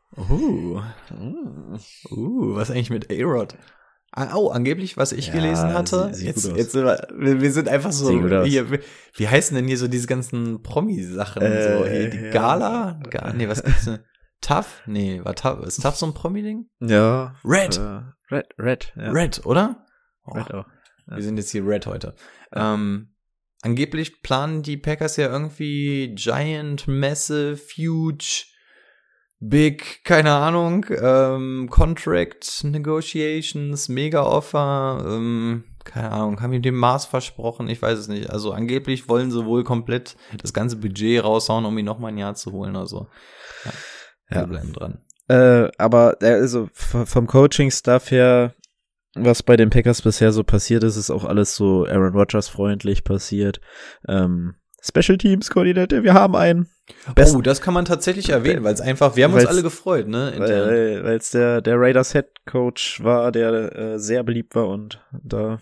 F: Was eigentlich mit A-Rod? Oh, angeblich, was ich gelesen hatte.
E: Sieht
F: jetzt wir sind einfach so hier, wie heißen denn hier so diese ganzen Promi-Sachen? So hier, die Gala? Nee, was gibt's denn? Tough? Nee, war Tough. Ist Tough so ein Promi-Ding?
E: Ja.
F: Red.
E: Red, ja.
F: Red, oder?
E: Red auch. Ja.
F: Wir sind jetzt hier Red heute. Angeblich planen die Packers ja irgendwie Giant, Massive, Huge, Big, keine Ahnung, Contract Negotiations, Mega-Offer, keine Ahnung, haben die dem Mars versprochen, ich weiß es nicht. Also angeblich wollen sie wohl komplett das ganze Budget raushauen, um ihn noch mal ein Jahr zu holen oder so. Ja. Wir bleiben dran.
E: Aber also vom Coaching-Stuff her, was bei den Packers bisher so passiert ist, ist auch alles so Aaron Rodgers freundlich passiert. Special Teams Koordinator, wir haben einen.
F: Oh, das kann man tatsächlich erwähnen, weil es einfach, wir haben uns alle gefreut, ne?
E: Weil es der Raiders Head Coach war, der sehr beliebt war und da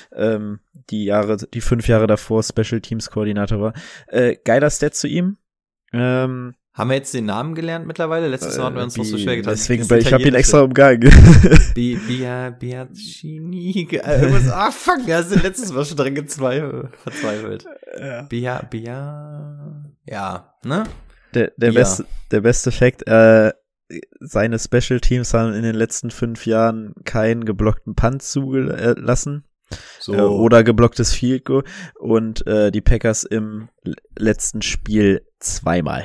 E: die 5 Jahre davor Special Teams Koordinator war. Geiler Stat zu ihm.
F: Haben wir jetzt den Namen gelernt mittlerweile? Letztes Mal hatten wir uns noch so schwer getan.
E: Deswegen, ich habe ihn extra umgangen.
F: Biagini. Fuck, wer hast du letztes Mal schon dran verzweifelt? Ja, ne?
E: Der beste Fact, seine Special Teams haben in den letzten 5 Jahren keinen geblockten Punt zugelassen. Oder geblocktes Field Goal. Und die Packers im letzten Spiel 2-mal.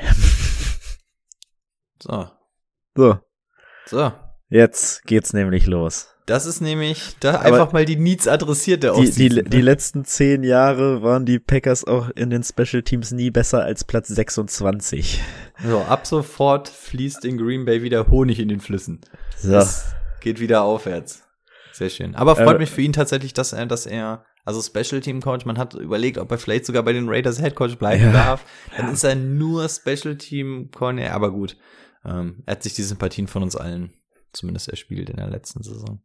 E: So. Jetzt geht's nämlich los.
F: Das ist nämlich einfach mal die Needs adressiert, der Offseason.
E: Die letzten 10 Jahre waren die Packers auch in den Special Teams nie besser als Platz 26.
F: So, ab sofort fließt in Green Bay wieder Honig in den Flüssen.
E: So.
F: Es geht wieder aufwärts. Sehr schön. Aber freut mich für ihn tatsächlich, dass er also Special Team Coach, man hat überlegt, ob er vielleicht sogar bei den Raiders Head Coach bleiben darf. Dann ist er nur Special Team Coach, aber gut. Er hat sich die Sympathien von uns allen zumindest erspielt in der letzten Saison.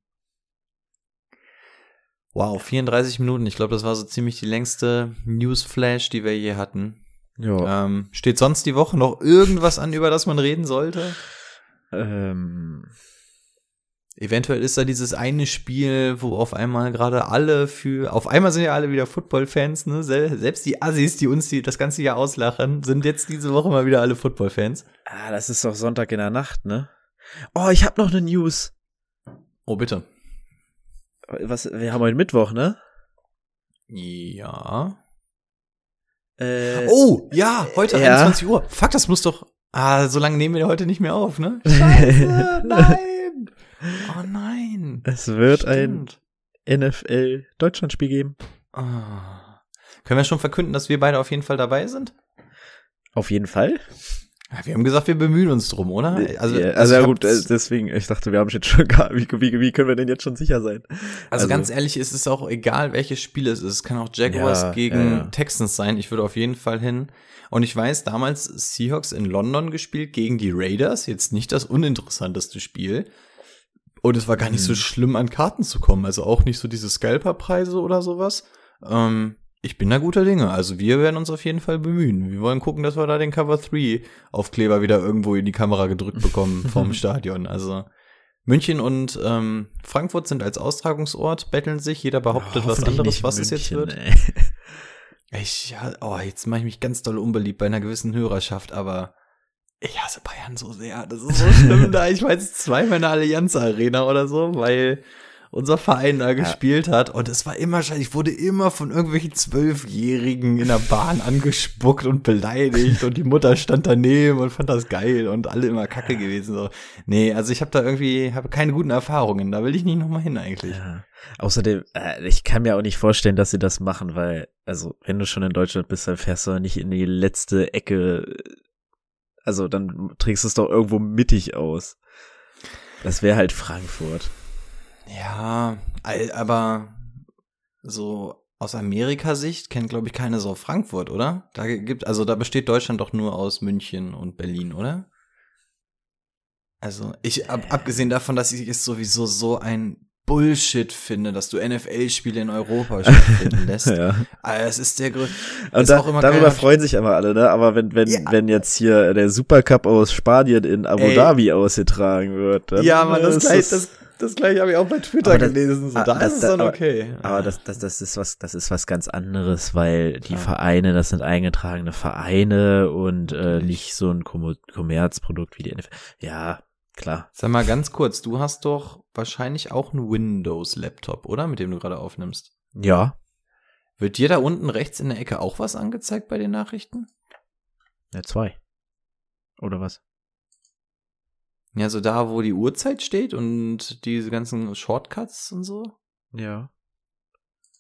F: Wow, 34 Minuten. Ich glaube, das war so ziemlich die längste Newsflash, die wir je hatten.
E: Ja.
F: Steht sonst die Woche noch irgendwas an, über das man reden sollte? Eventuell ist da dieses eine Spiel, wo auf einmal gerade auf einmal sind ja alle wieder Football-Fans, ne? Selbst die Assis, die uns das ganze Jahr auslachen, sind jetzt diese Woche mal wieder alle Football-Fans.
E: Das ist doch Sonntag in der Nacht, ne? Oh, ich hab noch eine News.
F: Oh, bitte.
E: Wir haben heute Mittwoch, ne?
F: Ja. Heute 21 Uhr. Fuck, das muss doch. So lange nehmen wir heute nicht mehr auf, ne? Scheiße, nein. Oh nein.
E: Es wird ein NFL-Deutschland-Spiel geben.
F: Können wir schon verkünden, dass wir beide auf jeden Fall dabei sind?
E: Auf jeden Fall.
F: Ja, wir haben gesagt, wir bemühen uns drum, oder?
E: Deswegen, ich dachte, wir haben jetzt schon wie können wir denn jetzt schon sicher sein?
F: Also ganz ehrlich, es ist auch egal, welches Spiel es ist. Es kann auch Jaguars gegen Texans sein. Ich würde auf jeden Fall hin. Und ich weiß, damals Seahawks in London gespielt gegen die Raiders. Jetzt nicht das uninteressanteste Spiel. Und es war gar nicht so schlimm, an Karten zu kommen. Also auch nicht so diese Scalper-Preise oder sowas. Ich bin da guter Dinge. Also wir werden uns auf jeden Fall bemühen. Wir wollen gucken, dass wir da den Cover 3 Aufkleber wieder irgendwo in die Kamera gedrückt bekommen vom Stadion. Also München und Frankfurt sind als Austragungsort, betteln sich. Jeder behauptet was anderes, was es jetzt wird. Jetzt mache ich mich ganz doll unbeliebt bei einer gewissen Hörerschaft, aber ich hasse Bayern so sehr. Das ist so schlimm da. Ich war jetzt 2-mal in der Allianz Arena oder so, weil unser Verein da gespielt hat. Und es war immer ich wurde immer von irgendwelchen 12-Jährigen in der Bahn angespuckt und beleidigt. Und die Mutter stand daneben und fand das geil und alle immer kacke gewesen. So. Nee, also ich habe da keine guten Erfahrungen. Da will ich nicht nochmal hin eigentlich.
E: Ja. Außerdem, ich kann mir auch nicht vorstellen, dass sie das machen, weil, also, wenn du schon in Deutschland bist, dann fährst du nicht in die letzte Ecke. Also, dann trägst du es doch irgendwo mittig aus. Das wäre halt Frankfurt.
F: Ja, aber so aus Amerika-Sicht kennt, glaube ich, keine Sau Frankfurt, oder? Da besteht Deutschland doch nur aus München und Berlin, oder? Also, abgesehen davon, dass ich es sowieso so ein Bullshit finde, dass du NFL-Spiele in Europa stattfinden lässt. Ja. Es ist der größte.
E: Darüber freuen sich aber alle, ne? Aber wenn jetzt hier der Supercup aus Spanien in Abu Dhabi ausgetragen wird, dann
F: das gleiche habe ich auch bei Twitter gelesen. So, da ist es dann okay.
E: Aber das ist was ganz anderes, weil die Vereine, das sind eingetragene Vereine und nicht so ein Kommerzprodukt wie die NFL. Ja, klar.
F: Sag mal ganz kurz, du hast doch wahrscheinlich auch einen Windows-Laptop, oder? Mit dem du gerade aufnimmst.
E: Ja.
F: Wird dir da unten rechts in der Ecke auch was angezeigt bei den Nachrichten?
E: Ja, 2. Oder was?
F: Ja, so da, wo die Uhrzeit steht und diese ganzen Shortcuts und so.
E: Ja.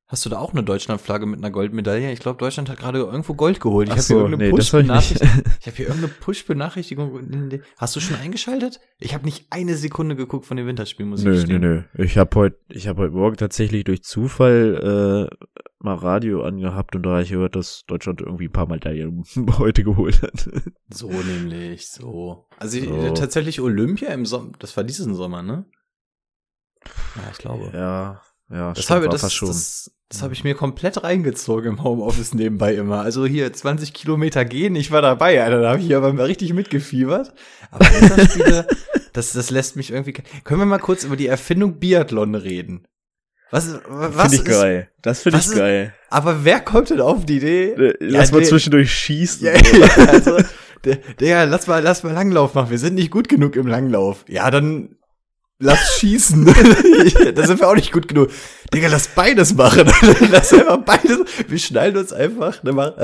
F: Hast du da auch eine Deutschlandflagge mit einer Goldmedaille? Ich glaube, Deutschland hat gerade irgendwo Gold geholt.
E: Ach so, nee, das hab ich nicht.
F: Ich habe hier irgendeine Push-Benachrichtigung. Hast du schon eingeschaltet? Ich habe nicht eine Sekunde geguckt von den Winterspielen, muss ich gestehen.
E: Nö. Ich habe heute Morgen tatsächlich durch Zufall mal Radio angehabt und da habe ich gehört, dass Deutschland irgendwie ein paar Medaillen heute geholt hat.
F: So nämlich, so. Also tatsächlich Olympia im Sommer, das war diesen Sommer, ne? Ja, ich glaube.
E: Ja,
F: das habe ich mir komplett reingezogen im Homeoffice nebenbei immer. Also hier 20 Kilometer gehen, ich war dabei, Alter, da habe ich aber mal richtig mitgefiebert. Aber Winterspiele, das lässt mich irgendwie. Können wir mal kurz über die Erfindung Biathlon reden? Was
E: finde ich geil. Das finde ich geil.
F: Aber wer kommt denn auf die Idee?
E: Lass mal zwischendurch schießen.
F: Also, Digga, lass mal Langlauf machen. Wir sind nicht gut genug im Langlauf. Ja, dann lass schießen. Da sind wir auch nicht gut genug. Digga, lass beides machen. Lass einfach beides. Wir schnallen uns einfach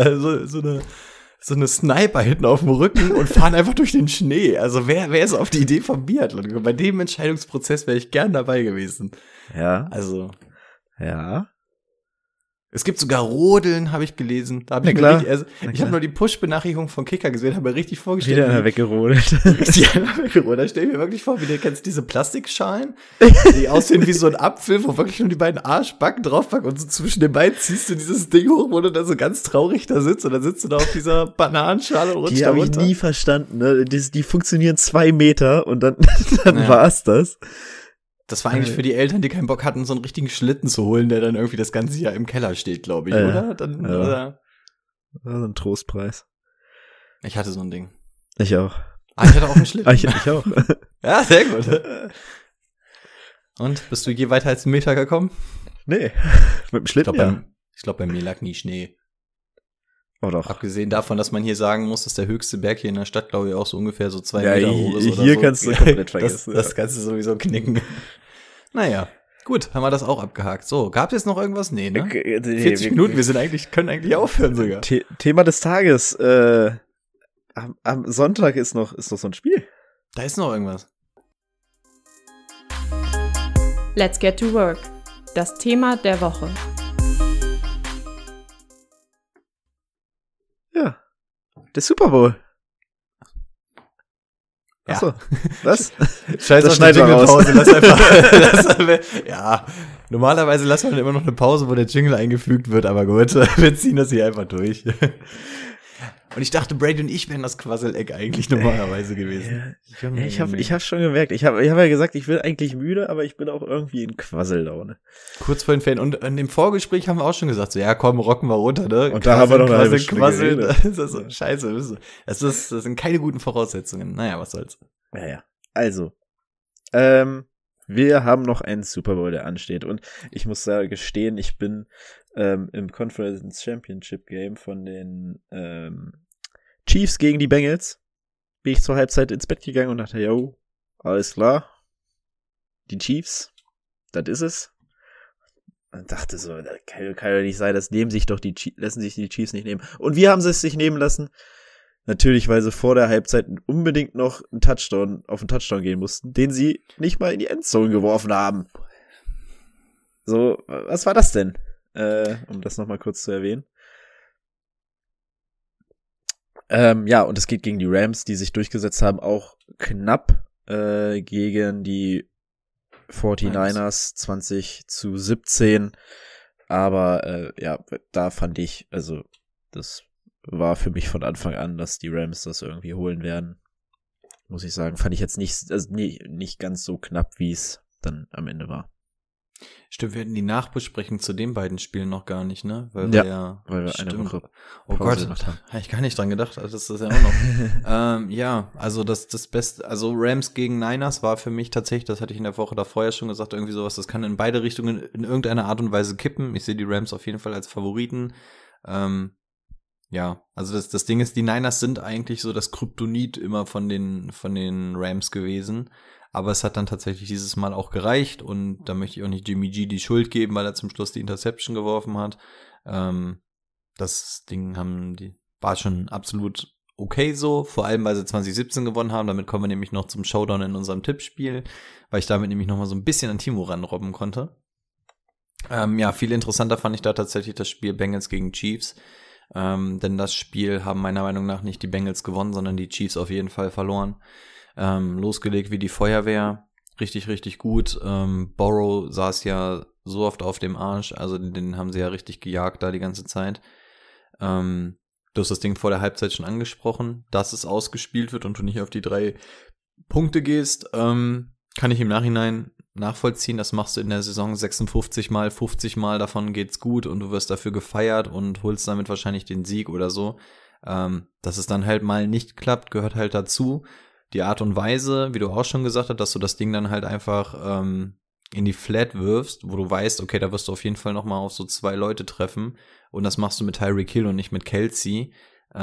F: so eine Sniper hinten auf dem Rücken und fahren einfach durch den Schnee. Also wer ist auf die Idee vom Biathlon gekommen? Bei dem Entscheidungsprozess wäre ich gern dabei gewesen.
E: Ja.
F: Also.
E: Ja.
F: Es gibt sogar Rodeln, habe ich gelesen. Da hab ich ich habe nur die Push-Benachrichtigung von Kicker gesehen, habe mir richtig vorgestellt.
E: Wieder einer weggerodelt.
F: Da stell ich mir wirklich vor, wie du kennst diese Plastikschalen, die aussehen wie so ein Apfel, wo wirklich nur die beiden Arschbacken draufpacken und so zwischen den beiden ziehst du dieses Ding hoch, wo du da so ganz traurig da sitzt und dann sitzt du da auf dieser Bananenschale und rutscht
E: die
F: da runter.
E: Die habe ich nie verstanden, ne? Die funktionieren 2 Meter und dann war's das.
F: Das war eigentlich für die Eltern, die keinen Bock hatten, so einen richtigen Schlitten zu holen, der dann irgendwie das ganze Jahr im Keller steht, glaube ich, oder? Dann, oder?
E: Das ist ein Trostpreis.
F: Ich hatte so ein Ding.
E: Ich auch.
F: Ich hatte auch einen Schlitten.
E: Ich auch.
F: Ja, sehr gut. Und, bist du je weiter als 1 Meter gekommen?
E: Nee, mit dem Schlitten,
F: Ich glaube, bei mir lag nie Schnee.
E: Oh doch.
F: Abgesehen davon, dass man hier sagen muss, dass der höchste Berg hier in der Stadt, glaube ich, auch so ungefähr so 2 Meter hoch ist oder
E: hier
F: so.
E: Kannst du komplett vergessen.
F: Das kannst du sowieso knicken. Naja, gut, haben wir das auch abgehakt. So, gab es jetzt noch irgendwas? Nee, ne? 40 Minuten, können eigentlich aufhören sogar.
E: Thema des Tages. Am Sonntag ist noch so ein Spiel.
F: Da ist noch irgendwas.
D: Let's get to work. Das Thema der Woche.
E: Ja, der Super Bowl. Achso,
F: ja.
E: Was?
F: Scheiß auf die Jingle-Pause, lass einfach. Ja, normalerweise lassen wir immer noch eine Pause, wo der Jingle eingefügt wird, aber gut, wir ziehen das hier einfach durch. Und ich dachte, Brady und ich wären das Quasseleck eigentlich normalerweise gewesen.
E: Ich hab's schon gemerkt. Ich hab ja gesagt, ich bin eigentlich müde, aber ich bin auch irgendwie in Quassellaune.
F: Kurz vor den Ferien. Und in dem Vorgespräch haben wir auch schon gesagt, so, ja komm, rocken wir runter, ne?
E: Und da haben wir noch eine halbe Stunde
F: Quassel. Das ist so, scheiße. Das sind keine guten Voraussetzungen. Naja, was soll's.
E: Naja, also. Wir haben noch einen Super Bowl, der ansteht. Und ich muss da gestehen, ich bin im Conference Championship Game von den Chiefs gegen die Bengals. Bin ich zur Halbzeit ins Bett gegangen und dachte, yo, alles klar. Die Chiefs, das ist es. Und dachte so, das kann ja nicht sein, lassen sich die Chiefs nicht nehmen. Und wie haben sie es sich nehmen lassen? Natürlich, weil sie vor der Halbzeit unbedingt noch auf einen Touchdown gehen mussten, den sie nicht mal in die Endzone geworfen haben. So, was war das denn? Um das nochmal kurz zu erwähnen. Ja, und es geht gegen die Rams, die sich durchgesetzt haben, auch knapp gegen die 49ers 20-17. Aber ja, da fand ich, also das war für mich von Anfang an, dass die Rams das irgendwie holen werden. Muss ich sagen, fand ich jetzt nicht ganz so knapp, wie es dann am Ende war.
F: Stimmt, wir hatten die Nachbesprechung zu den beiden Spielen noch gar nicht, ne?
E: Weil wir eine Woche
F: Oh Gott, habe ich gar nicht dran gedacht, also das ist ja auch noch. Ja, also das Beste, also Rams gegen Niners war für mich tatsächlich, das hatte ich in der Woche davor ja schon gesagt, irgendwie sowas, das kann in beide Richtungen in irgendeiner Art und Weise kippen. Ich sehe die Rams auf jeden Fall als Favoriten. Ja, also das Ding ist, die Niners sind eigentlich so das Kryptonit immer von den Rams gewesen. Aber es hat dann tatsächlich dieses Mal auch gereicht und da möchte ich auch nicht Jimmy G die Schuld geben, weil er zum Schluss die Interception geworfen hat. Das Ding war schon absolut okay so, vor allem weil sie 2017 gewonnen haben. Damit kommen wir nämlich noch zum Showdown in unserem Tippspiel, weil ich damit nämlich noch mal so ein bisschen an Timo ranrobben konnte. Ja, viel interessanter fand ich da tatsächlich das Spiel Bengals gegen Chiefs. Denn das Spiel haben meiner Meinung nach nicht die Bengals gewonnen, sondern die Chiefs auf jeden Fall verloren. Losgelegt wie die Feuerwehr. Richtig, richtig gut. Burrow saß ja so oft auf dem Arsch. Also den haben sie ja richtig gejagt da die ganze Zeit. Du hast das Ding vor der Halbzeit schon angesprochen, dass es ausgespielt wird und du nicht auf die 3 Punkte gehst. Kann ich im Nachhinein nachvollziehen. Das machst du in der Saison 56 Mal, 50 Mal, davon geht's gut und du wirst dafür gefeiert und holst damit wahrscheinlich den Sieg oder so. Dass es dann halt mal nicht klappt, gehört halt dazu. Die Art und Weise, wie du auch schon gesagt hast, dass du das Ding dann halt einfach in die Flat wirfst, wo du weißt, okay, da wirst du auf jeden Fall nochmal auf so 2 Leute treffen und das machst du mit Tyreek Hill und nicht mit Kelce,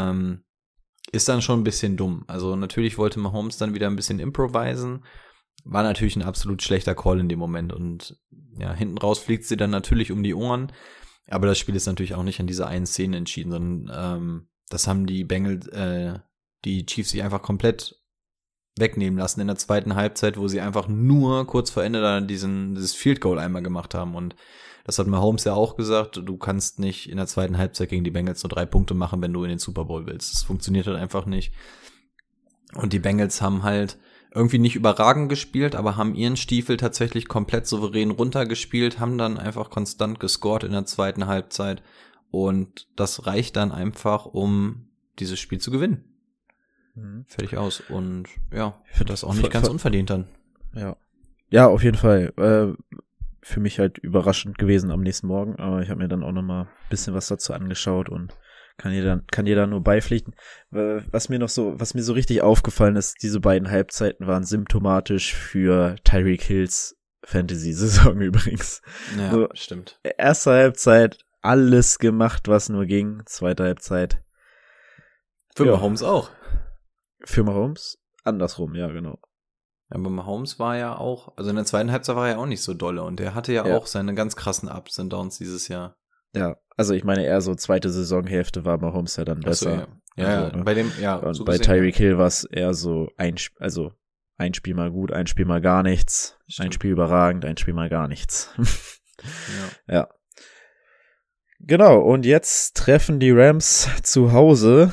F: ist dann schon ein bisschen dumm. Also natürlich wollte Mahomes dann wieder ein bisschen improvisen, war natürlich ein absolut schlechter Call in dem Moment und ja, hinten raus fliegt sie dann natürlich um die Ohren, aber das Spiel ist natürlich auch nicht an dieser einen Szene entschieden, sondern das haben die Bengals, die Chiefs sich einfach komplett wegnehmen lassen in der zweiten Halbzeit, wo sie einfach nur kurz vor Ende dann dieses Field Goal einmal gemacht haben und das hat Mahomes ja auch gesagt, du kannst nicht in der zweiten Halbzeit gegen die Bengals nur 3 Punkte machen, wenn du in den Super Bowl willst. Das funktioniert halt einfach nicht. Und die Bengals haben halt irgendwie nicht überragend gespielt, aber haben ihren Stiefel tatsächlich komplett souverän runtergespielt, haben dann einfach konstant gescored in der zweiten Halbzeit und das reicht dann einfach, um dieses Spiel zu gewinnen. Fertig aus und ja, ich finde das auch nicht ganz unverdient dann.
E: Ja, auf jeden Fall. Für mich halt überraschend gewesen am nächsten Morgen, aber ich habe mir dann auch nochmal ein bisschen was dazu angeschaut und kann dir da nur beipflichten. Was mir so richtig aufgefallen ist, diese beiden Halbzeiten waren symptomatisch für Tyreek Hills Fantasy-Saison übrigens.
F: Ja,
E: so,
F: stimmt.
E: Erste Halbzeit alles gemacht, was nur ging. Zweite Halbzeit.
F: Für Mahomes auch.
E: Für Mahomes? Andersrum, ja, genau.
F: Aber Mahomes war ja auch, also in der zweiten Halbzeit war er ja auch nicht so dolle und der hatte ja auch seine ganz krassen Ups und Downs dieses Jahr. Ja,
E: also ich meine eher so zweite Saisonhälfte war Mahomes ja dann besser.
F: Also, bei dem,
E: und so bei Tyreek Hill war es eher so ein Spiel mal gut, ein Spiel mal gar nichts, ein Spiel überragend, ein Spiel mal gar nichts. Ja. Genau, und jetzt treffen die Rams zu Hause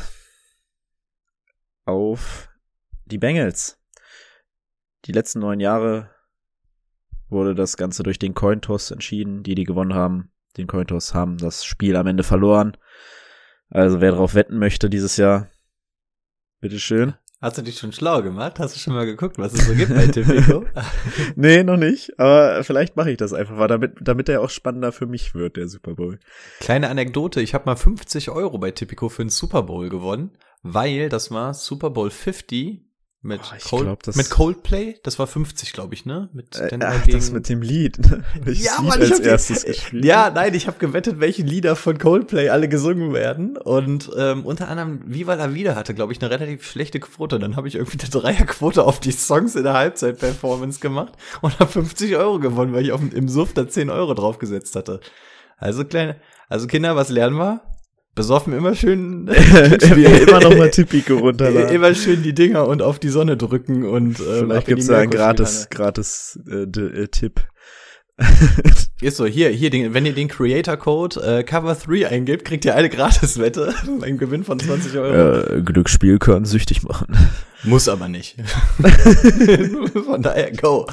E: auf die Bengals. Die letzten 9 Jahre wurde das Ganze durch den Cointoss entschieden. Die gewonnen haben, den Cointoss haben das Spiel am Ende verloren. Also wer drauf wetten möchte dieses Jahr, bitteschön.
F: Hast du dich schon schlau gemacht? Hast du schon mal geguckt, was es so gibt bei Tipico?
E: Nee, noch nicht. Aber vielleicht mache ich das einfach mal, damit der auch spannender für mich wird, der Super Bowl.
F: Kleine Anekdote, ich habe mal 50 € bei Tipico für den Super Bowl gewonnen, weil das war Super Bowl 50 mit Coldplay. Das war 50, glaube ich, ne?
E: Das mit dem Lied.
F: Ja, Mann, ich habe gewettet, welche Lieder von Coldplay alle gesungen werden. Und unter anderem Viva la Vida hatte, glaube ich, eine relativ schlechte Quote. Dann habe ich irgendwie eine Dreierquote auf die Songs in der Halbzeit-Performance gemacht und habe 50 € gewonnen, weil ich im Suff da 10 € draufgesetzt hatte. Also Kinder, was lernen wir? Besoffen immer schön
E: immer noch mal Tipico runterladen.
F: Immer schön die Dinger und auf die Sonne drücken und
E: vielleicht gibt's da einen gratis Tipp.
F: Ist so, hier, wenn ihr den Creator-Code Cover 3 eingebt, kriegt ihr eine Gratis-Wette beim Gewinn von 20 €.
E: Glücksspiel kann süchtig machen.
F: Muss aber nicht. Von daher, go.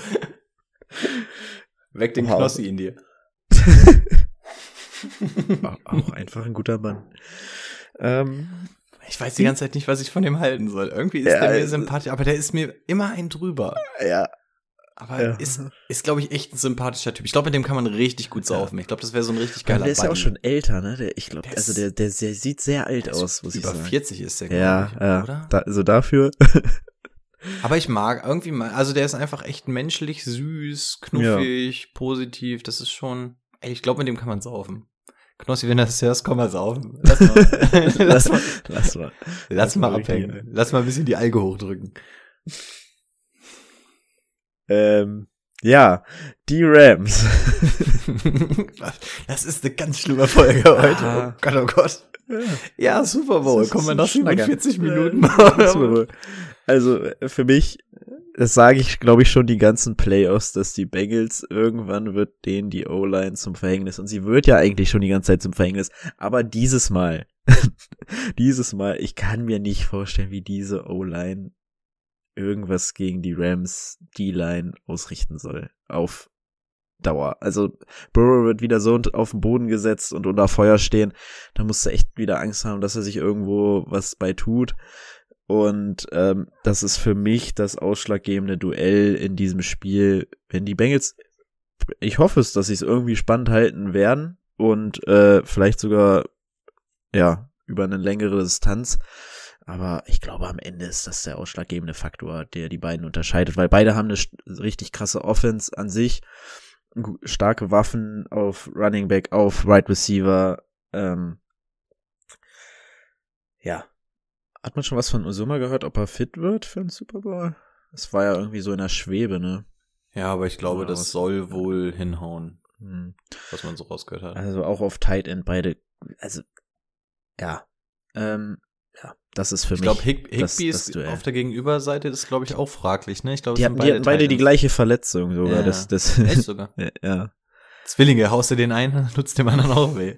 F: Weg den Knossi in dir.
E: Auch einfach ein guter Mann.
F: Ich weiß die ganze Zeit nicht, was ich von dem halten soll. Irgendwie ist der mir sympathisch, aber der ist mir immer ein drüber.
E: Ja.
F: Aber ist glaube ich, echt ein sympathischer Typ. Ich glaube, mit dem kann man richtig gut saufen. Ich glaube, das wäre so ein richtig geiler Buddy.
E: Der ist ja auch schon älter, ne? Der sieht sehr alt aus, muss ich sagen.
F: Über 40 ist der, glaube ich, oder?
E: Also dafür.
F: Aber ich mag irgendwie mal, also der ist einfach echt menschlich, süß, knuffig, positiv. Das ist schon, ich glaube, mit dem kann man saufen. Knossi, wenn du das hörst, komm mal saufen. Lass mal abhängen. Lass mal ein bisschen die Alge hochdrücken.
E: Ja, die Rams.
F: Das ist eine ganz schlimme Folge heute. Oh Gott. Ja, Super Bowl. Kommen wir noch 47 Minuten.
E: Also für mich das sage ich, glaube ich, schon die ganzen Playoffs, dass die Bengals irgendwann wird denen die O-Line zum Verhängnis. Und sie wird ja eigentlich schon die ganze Zeit zum Verhängnis. Aber dieses Mal, ich kann mir nicht vorstellen, wie diese O-Line irgendwas gegen die Rams D-Line ausrichten soll. Auf Dauer. Also Burrow wird wieder so auf den Boden gesetzt und unter Feuer stehen. Da musst du echt wieder Angst haben, dass er sich irgendwo was bei tut. Und das ist für mich das ausschlaggebende Duell in diesem Spiel. Wenn die Bengals, ich hoffe es, dass sie es irgendwie spannend halten werden und vielleicht sogar ja über eine längere Distanz. Aber ich glaube, am Ende ist das der ausschlaggebende Faktor, der die beiden unterscheidet, weil beide haben eine richtig krasse Offense an sich, starke Waffen auf Running Back, auf Wide Receiver. Ja. Hat man schon was von Uzomah gehört, ob er fit wird für den Super Bowl? Das war ja irgendwie so in der Schwebe, ne?
F: Ja, aber ich glaube, das soll wohl hinhauen, was man so rausgehört hat.
E: Also auch auf Tight End beide, also ja, ja, das ist für mich.
F: Ich glaube, Higbee
E: das
F: ist
E: Duell.
F: auf der Gegenüberseite, das ist, glaube ich, auch fraglich, ne? Ich glaube,
E: die hatten beide die gleiche Verletzung sogar.
F: Ja,
E: das
F: echt sogar.
E: Ja.
F: Zwillinge, haust du den einen, tut's dem anderen auch weh.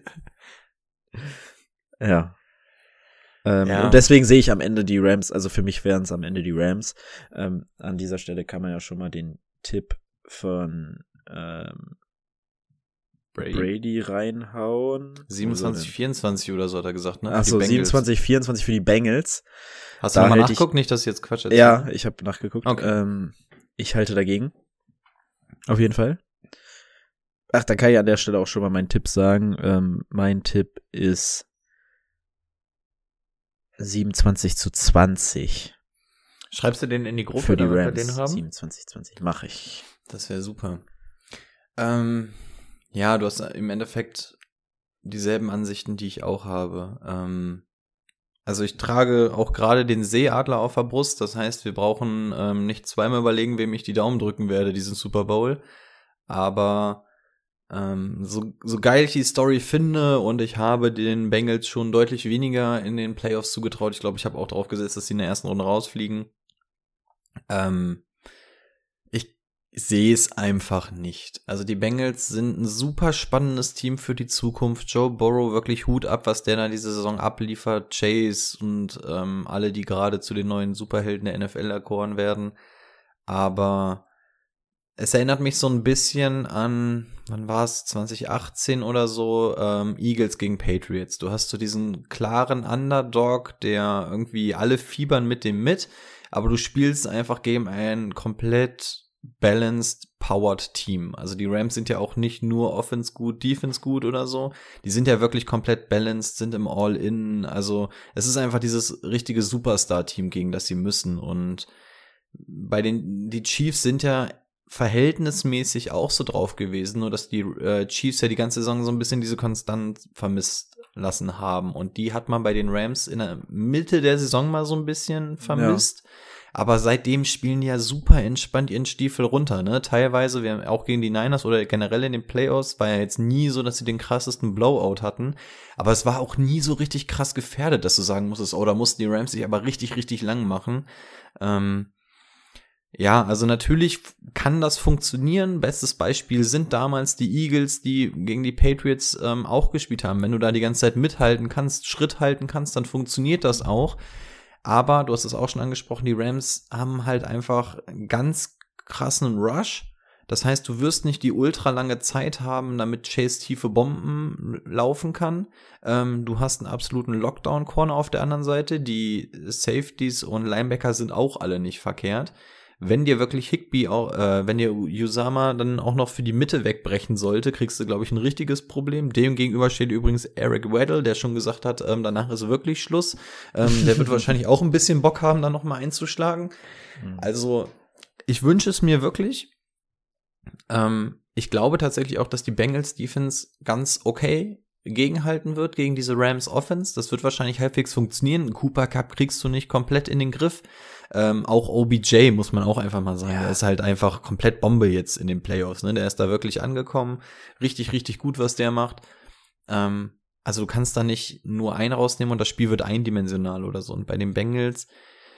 E: Ja. Und deswegen sehe ich am Ende die Rams, also für mich wären es am Ende die Rams. An dieser Stelle kann man ja schon mal den Tipp von Brady reinhauen.
F: 27-24 oder so hat er gesagt, ne?
E: Achso, 27-24 für die Bengals.
F: Hast du mal nachgeguckt? Nicht, dass ich jetzt Quatsch erzähle.
E: Ja, ich habe nachgeguckt.
F: Okay.
E: Ich halte dagegen. Auf jeden Fall. Ach, da kann ich an der Stelle auch schon mal meinen Tipp sagen. Mein Tipp ist 27-20.
F: Schreibst du den in die Gruppe,
E: für die
F: damit
E: Rams?
F: wir den haben?
E: 27-20 mache ich.
F: Das wäre super. Ja, du hast im Endeffekt dieselben Ansichten, die ich auch habe. Also ich trage auch gerade den Seeadler auf der Brust. Das heißt, wir brauchen nicht zweimal überlegen, wem ich die Daumen drücken werde, diesen Super Bowl. Aber so geil ich die Story finde und ich habe den Bengals schon deutlich weniger in den Playoffs zugetraut. Ich glaube, ich habe auch drauf gesetzt, dass sie in der ersten Runde rausfliegen. Ich sehe es einfach nicht. Also die Bengals sind ein super spannendes Team für die Zukunft. Joe Burrow, wirklich Hut ab, was der da diese Saison abliefert. Chase und alle, die gerade zu den neuen Superhelden der NFL erkoren werden. Aber es erinnert mich so ein bisschen an, wann war es, 2018 oder so, Eagles gegen Patriots. Du hast so diesen klaren Underdog, der irgendwie alle fiebern mit dem mit, aber du spielst einfach gegen ein komplett balanced, powered Team. Also die Rams sind ja auch nicht nur Offense gut, Defense gut oder so. Die sind ja wirklich komplett balanced, sind im All-In. Also es ist einfach dieses richtige Superstar-Team, gegen das sie müssen. Und die Chiefs sind ja verhältnismäßig auch so drauf gewesen, nur dass die Chiefs ja die ganze Saison so ein bisschen diese Konstanz vermisst lassen haben. Und die hat man bei den Rams in der Mitte der Saison mal so ein bisschen vermisst. Ja. Aber seitdem spielen die ja super entspannt ihren Stiefel runter, ne? Teilweise, wir haben auch gegen die Niners oder generell in den Playoffs, war ja jetzt nie so, dass sie den krassesten Blowout hatten. Aber es war auch nie so richtig krass gefährdet, dass du sagen musstest, oh, da mussten die Rams sich aber richtig, richtig lang machen. Ja, also natürlich kann das funktionieren. Bestes Beispiel sind damals die Eagles, die gegen die Patriots auch gespielt haben. Wenn du da die ganze Zeit mithalten kannst, Schritt halten kannst, dann funktioniert das auch. Aber, du hast es auch schon angesprochen, die Rams haben halt einfach einen ganz krassen Rush. Das heißt, du wirst nicht die ultra lange Zeit haben, damit Chase tiefe Bomben laufen kann. Du hast einen absoluten Lockdown-Corner auf der anderen Seite. Die Safeties und Linebacker sind auch alle nicht verkehrt. Wenn dir wirklich Higbee, wenn dir Uzomah dann auch noch für die Mitte wegbrechen sollte, kriegst du, glaube ich, ein richtiges Problem. Dem gegenüber steht übrigens Eric Weddle, der schon gesagt hat, danach ist wirklich Schluss. Der wird wahrscheinlich auch ein bisschen Bock haben, da noch mal einzuschlagen. Also, ich wünsche es mir wirklich. Ich glaube tatsächlich auch, dass die Bengals Defense ganz okay gegenhalten wird gegen diese Rams Offense. Das wird wahrscheinlich halbwegs funktionieren. Einen Cooper Cup kriegst du nicht komplett in den Griff. Auch OBJ muss man auch einfach mal sagen. Ja. Der ist halt einfach komplett Bombe jetzt in den Playoffs. Ne? Der ist da wirklich angekommen. Richtig, richtig gut, was der macht. Also du kannst da nicht nur einen rausnehmen und das Spiel wird eindimensional oder so. Und bei den Bengals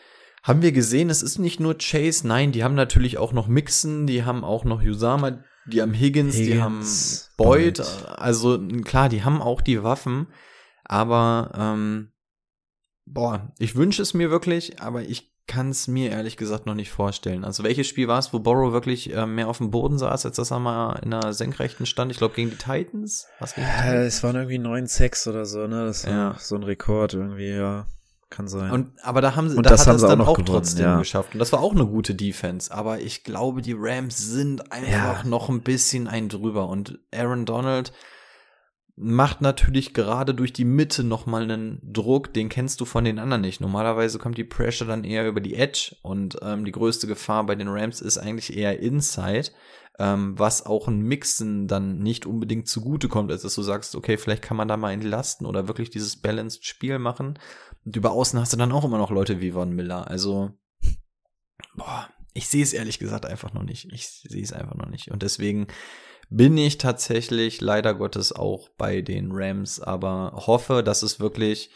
F: haben wir gesehen, es ist nicht nur Chase, nein, die haben natürlich auch noch Mixon, die haben auch noch Usama, die haben Higgins, die haben Boyd. Also klar, die haben auch die Waffen, aber ich wünsche es mir wirklich, aber ich kann es mir ehrlich gesagt noch nicht vorstellen. Also welches Spiel war es, wo Burrow wirklich mehr auf dem Boden saß, als dass er mal in einer Senkrechten stand? Ich glaube gegen die Titans.
E: Es waren irgendwie 9 Sacks oder so, ne? Das war so ein Rekord irgendwie, ja. Kann sein.
F: Aber da hat er es dann auch trotzdem geschafft. Und das war auch eine gute Defense. Aber ich glaube, die Rams sind einfach noch ein bisschen ein drüber. Und Aaron Donald macht natürlich gerade durch die Mitte nochmal einen Druck, den kennst du von den anderen nicht. Normalerweise kommt die Pressure dann eher über die Edge. Und die größte Gefahr bei den Rams ist eigentlich eher Inside. Was auch ein Mixen dann nicht unbedingt zugute kommt, als dass du sagst, okay, vielleicht kann man da mal entlasten oder wirklich dieses Balanced Spiel machen. Und über außen hast du dann auch immer noch Leute wie Von Miller. Also, ich sehe es ehrlich gesagt einfach noch nicht. Und deswegen bin ich tatsächlich leider Gottes auch bei den Rams, aber hoffe, dass es wirklich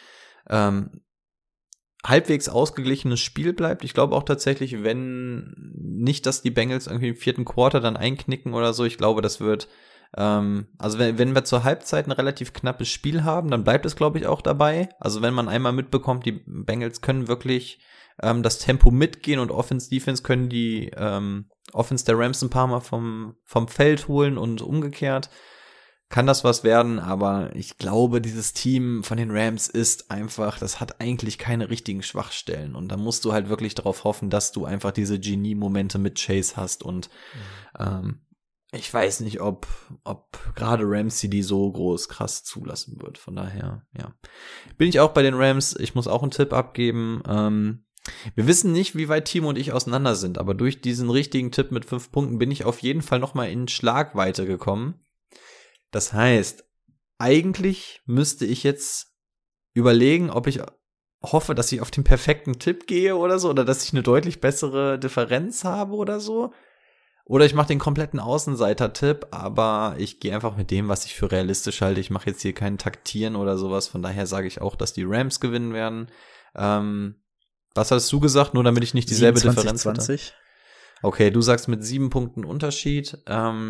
F: halbwegs ausgeglichenes Spiel bleibt. Ich glaube auch tatsächlich, wenn nicht, dass die Bengals irgendwie im 4. Quarter dann einknicken oder so. Ich glaube, das wird also wenn wir zur Halbzeit ein relativ knappes Spiel haben, dann bleibt es, glaube ich, auch dabei. Also wenn man einmal mitbekommt, die Bengals können wirklich das Tempo mitgehen und Offense, Defense können die Offense der Rams ein paar Mal vom Feld holen und umgekehrt, kann das was werden. Aber ich glaube, dieses Team von den Rams ist einfach, das hat eigentlich keine richtigen Schwachstellen. Und da musst du halt wirklich darauf hoffen, dass du einfach diese Genie-Momente mit Chase hast und ich weiß nicht, ob gerade Ramsey die so krass zulassen wird. Von daher, ja. Bin ich auch bei den Rams. Ich muss auch einen Tipp abgeben. Wir wissen nicht, wie weit Timo und ich auseinander sind, aber durch diesen richtigen Tipp mit 5 Punkten bin ich auf jeden Fall noch mal in Schlagweite gekommen. Das heißt, eigentlich müsste ich jetzt überlegen, ob ich hoffe, dass ich auf den perfekten Tipp gehe oder so, oder dass ich eine deutlich bessere Differenz habe oder so. Oder ich mache den kompletten Außenseiter-Tipp, aber ich gehe einfach mit dem, was ich für realistisch halte. Ich mache jetzt hier kein Taktieren oder sowas. Von daher sage ich auch, dass die Rams gewinnen werden. Was hast du gesagt? Nur damit ich nicht dieselbe 27, Differenz 20. Hatte. Okay, du sagst mit 7 Punkten Unterschied.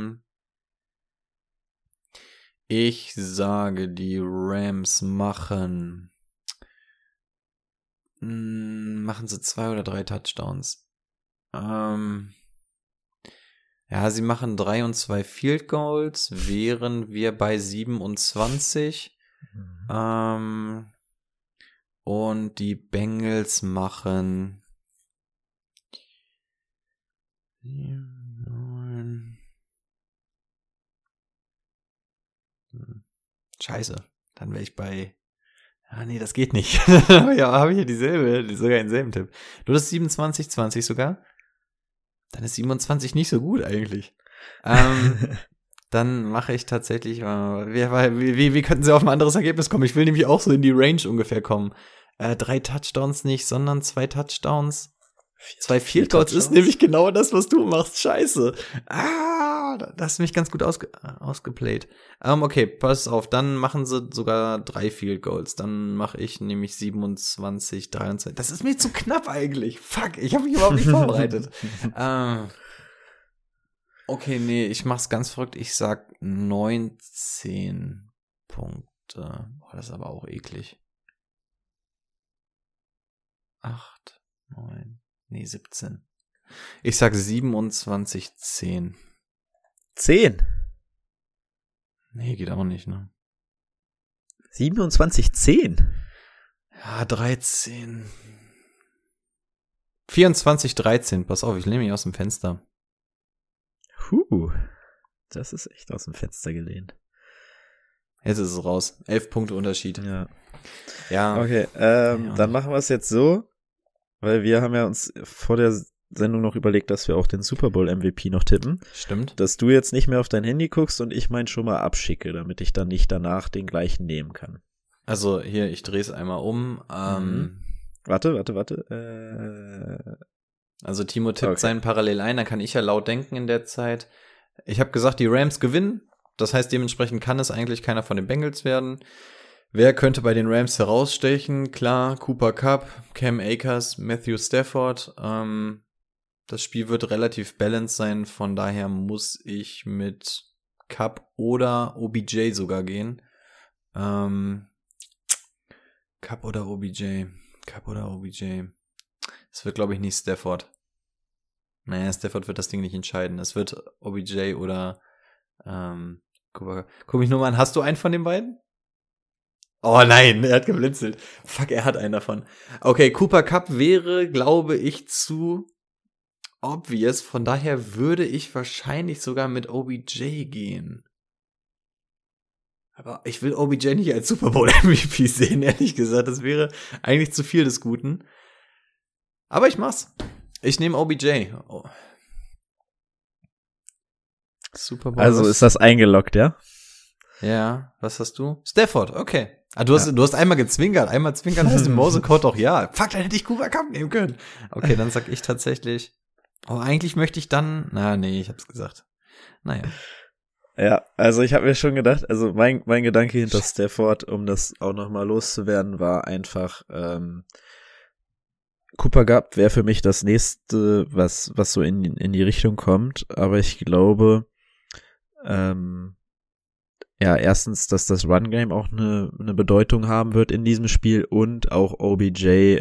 F: Ich sage, die Rams machen sie 2 oder 3 Touchdowns. Ja, sie machen 3 und 2 Field Goals, wären wir bei 27. Und die Bengals machen 9. Scheiße, dann wäre ich bei nee, das geht nicht. Ja, habe ich ja sogar denselben Tipp. Du hast 27, 20 sogar? Dann ist 27 nicht so gut eigentlich. Dann mache ich tatsächlich wie könnten sie auf ein anderes Ergebnis kommen? Ich will nämlich auch so in die Range ungefähr kommen. 3 Touchdowns nicht, sondern 2 Touchdowns. 2 Field Goals ist nämlich genau das, was du machst. Scheiße. Da hast du mich ganz gut ausgeplayt. Okay, pass auf, dann machen sie sogar 3 Field Goals. Dann mache ich nämlich 27, 23. Das ist mir zu knapp eigentlich. Fuck, ich habe mich überhaupt nicht vorbereitet. Okay, nee, ich mach's ganz verrückt. Ich sag 19 Punkte. Das ist aber auch eklig. 8, 9, 17. Ich sag 27, 10.
E: 10?
F: Nee, geht auch nicht, ne?
E: 27, 10?
F: Ja, 13. 24, 13. Pass auf, ich lehne mich aus dem Fenster.
E: Das ist echt aus dem Fenster gelehnt.
F: Jetzt ist es raus. 11 Punkte Unterschied.
E: Ja. Okay, dann machen wir es jetzt so, weil wir haben ja uns vor der Sendung noch überlegt, dass wir auch den Super Bowl MVP noch tippen.
F: Stimmt.
E: Dass du jetzt nicht mehr auf dein Handy guckst und ich meinen schon mal abschicke, damit ich dann nicht danach den gleichen nehmen kann.
F: Also hier, ich drehe es einmal um.
E: Warte.
F: Also Timo tippt seinen parallel ein, dann kann ich ja laut denken in der Zeit. Ich habe gesagt, die Rams gewinnen. Das heißt, dementsprechend kann es eigentlich keiner von den Bengals werden. Wer könnte bei den Rams herausstechen? Klar, Cooper Kupp, Cam Akers, Matthew Stafford. Das Spiel wird relativ balanced sein, von daher muss ich mit Kupp oder OBJ sogar gehen. Kupp oder OBJ. Es wird, glaube ich, nicht Stafford. Naja, Stafford wird das Ding nicht entscheiden. Es wird OBJ oder Cooper. Guck mich nur mal an. Hast du einen von den beiden? Oh nein, er hat geblinzelt. Fuck, er hat einen davon. Okay, Cooper Kupp wäre, glaube ich, zu obvious. Von daher würde ich wahrscheinlich sogar mit OBJ gehen. Aber ich will OBJ nicht als Super Bowl MVP sehen, ehrlich gesagt. Das wäre eigentlich zu viel des Guten. Aber ich mach's. Ich nehme OBJ. Oh. Super Bowl.
E: Also ist das eingeloggt, ja?
F: Ja, was hast du? Stafford, okay. Ah, du hast einmal gezwinkert. Einmal zwinkern heißt im Morsecode doch ja. Fuck, dann hätte ich Cooper Kupp nehmen können. Okay, dann sag ich tatsächlich. Oh, eigentlich möchte ich dann. Nee, ich hab's gesagt. Naja.
E: Ja, also ich habe mir schon gedacht, also mein Gedanke hinter Stafford, um das auch nochmal loszuwerden, war einfach, Cooper Kupp wäre für mich das nächste, was so in die Richtung kommt, aber ich glaube, erstens, dass das Run-Game auch eine Bedeutung haben wird in diesem Spiel und auch OBJ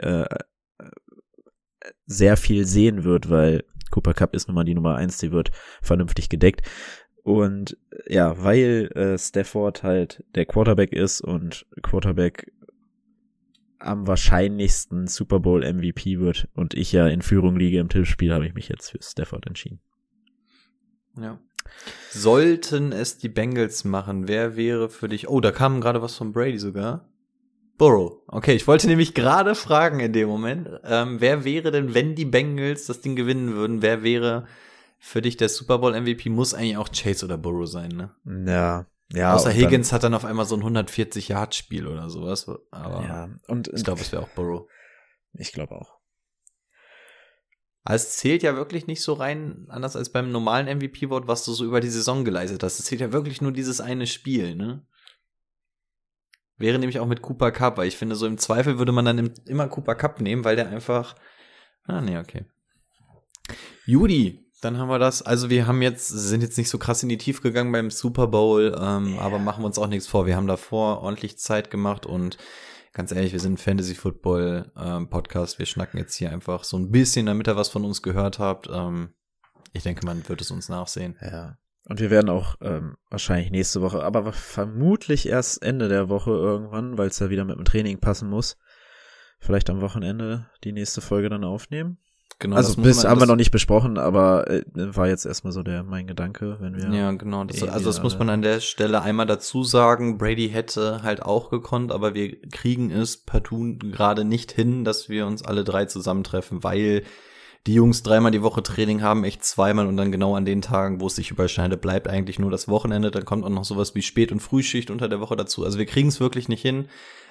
E: sehr viel sehen wird, weil Cooper Kupp ist nun mal die Nummer 1, die wird vernünftig gedeckt. Und ja, weil Stafford halt der Quarterback ist und Quarterback am wahrscheinlichsten Super Bowl MVP wird und ich ja in Führung liege im Tippspiel, habe ich mich jetzt für Stafford entschieden.
F: Ja. Sollten es die Bengals machen, wer wäre für dich? Oh, da kam gerade was von Brady sogar. Burrow. Okay, ich wollte nämlich gerade fragen in dem Moment, wer wäre denn, wenn die Bengals das Ding gewinnen würden, wer wäre für dich der Super Bowl MVP? Muss eigentlich auch Chase oder Burrow sein, ne?
E: Ja.
F: Außer Higgins hat dann auf einmal so ein 140-Yard-Spiel oder sowas. Aber
E: ja, und
F: ich glaube, es wäre auch Burrow.
E: Ich glaube auch.
F: Aber es zählt ja wirklich nicht so rein, anders als beim normalen MVP-Vote, was du so über die Saison geleistet hast. Es zählt ja wirklich nur dieses eine Spiel, ne? Wäre nämlich auch mit Cooper Kupp, weil ich finde, so im Zweifel würde man dann immer Cooper Kupp nehmen, weil der einfach. Okay. Judy, dann haben wir das. Also wir sind jetzt nicht so krass in die Tiefe gegangen beim Super Bowl, aber machen wir uns auch nichts vor. Wir haben davor ordentlich Zeit gemacht und ganz ehrlich, wir sind ein Fantasy-Football-Podcast. Wir schnacken jetzt hier einfach so ein bisschen, damit ihr was von uns gehört habt. Ich denke, man wird es uns nachsehen.
E: Ja. Und wir werden auch wahrscheinlich nächste Woche, aber vermutlich erst Ende der Woche irgendwann, weil es ja wieder mit dem Training passen muss, vielleicht am Wochenende die nächste Folge dann aufnehmen.
F: Genau,
E: also haben wir noch nicht besprochen, aber war jetzt erstmal so mein Gedanke, wenn wir.
F: Ja, genau. Das muss man an der Stelle einmal dazu sagen. Brady hätte halt auch gekonnt, aber wir kriegen es partout gerade nicht hin, dass wir uns alle drei zusammentreffen, weil die Jungs 3-mal die Woche Training haben, echt 2-mal und dann genau an den Tagen, wo es sich überschneidet, bleibt eigentlich nur das Wochenende. Dann kommt auch noch sowas wie Spät- und Frühschicht unter der Woche dazu. Also wir kriegen es wirklich nicht hin.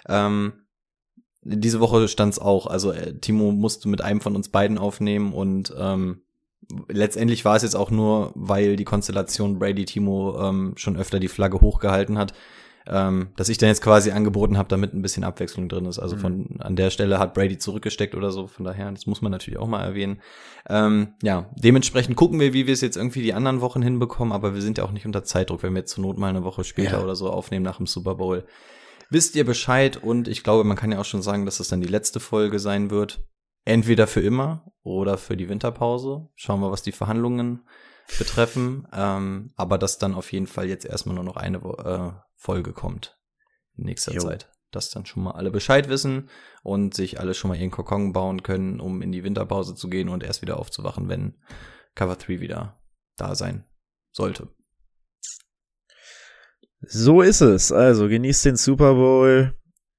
F: Diese Woche stand's auch. Also Timo musste mit einem von uns beiden aufnehmen und letztendlich war es jetzt auch nur, weil die Konstellation Brady-Timo schon öfter die Flagge hochgehalten hat, dass ich dann jetzt quasi angeboten habe, damit ein bisschen Abwechslung drin ist. Also an der Stelle hat Brady zurückgesteckt oder so. Von daher, das muss man natürlich auch mal erwähnen. Dementsprechend gucken wir, wie wir es jetzt irgendwie die anderen Wochen hinbekommen. Aber wir sind ja auch nicht unter Zeitdruck, wenn wir jetzt zur Not mal eine Woche später oder so aufnehmen nach dem Super Bowl. Wisst ihr Bescheid? Und ich glaube, man kann ja auch schon sagen, dass es dann die letzte Folge sein wird. Entweder für immer oder für die Winterpause. Schauen wir, was die Verhandlungen betreffen. Aber dass dann auf jeden Fall jetzt erstmal nur noch eine Folge kommt in nächster Zeit. Dass dann schon mal alle Bescheid wissen und sich alle schon mal ihren Kokon bauen können, um in die Winterpause zu gehen und erst wieder aufzuwachen, wenn Cover 3 wieder da sein sollte.
E: So ist es. Also genießt den Super Bowl.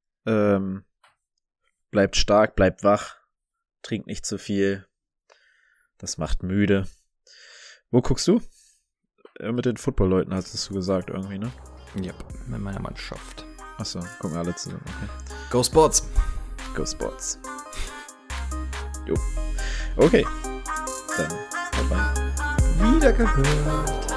E: Bleibt stark, bleibt wach. Trinkt nicht zu viel. Das macht müde. Wo guckst du? Mit den Football-Leuten hattest du gesagt irgendwie, ne?
F: Ja, mit meiner Mannschaft.
E: Achso, gucken alle zusammen. Okay.
F: Go Sports!
E: Go Sports. Jo. Okay. Dann, bye bye.
F: Wieder gehört.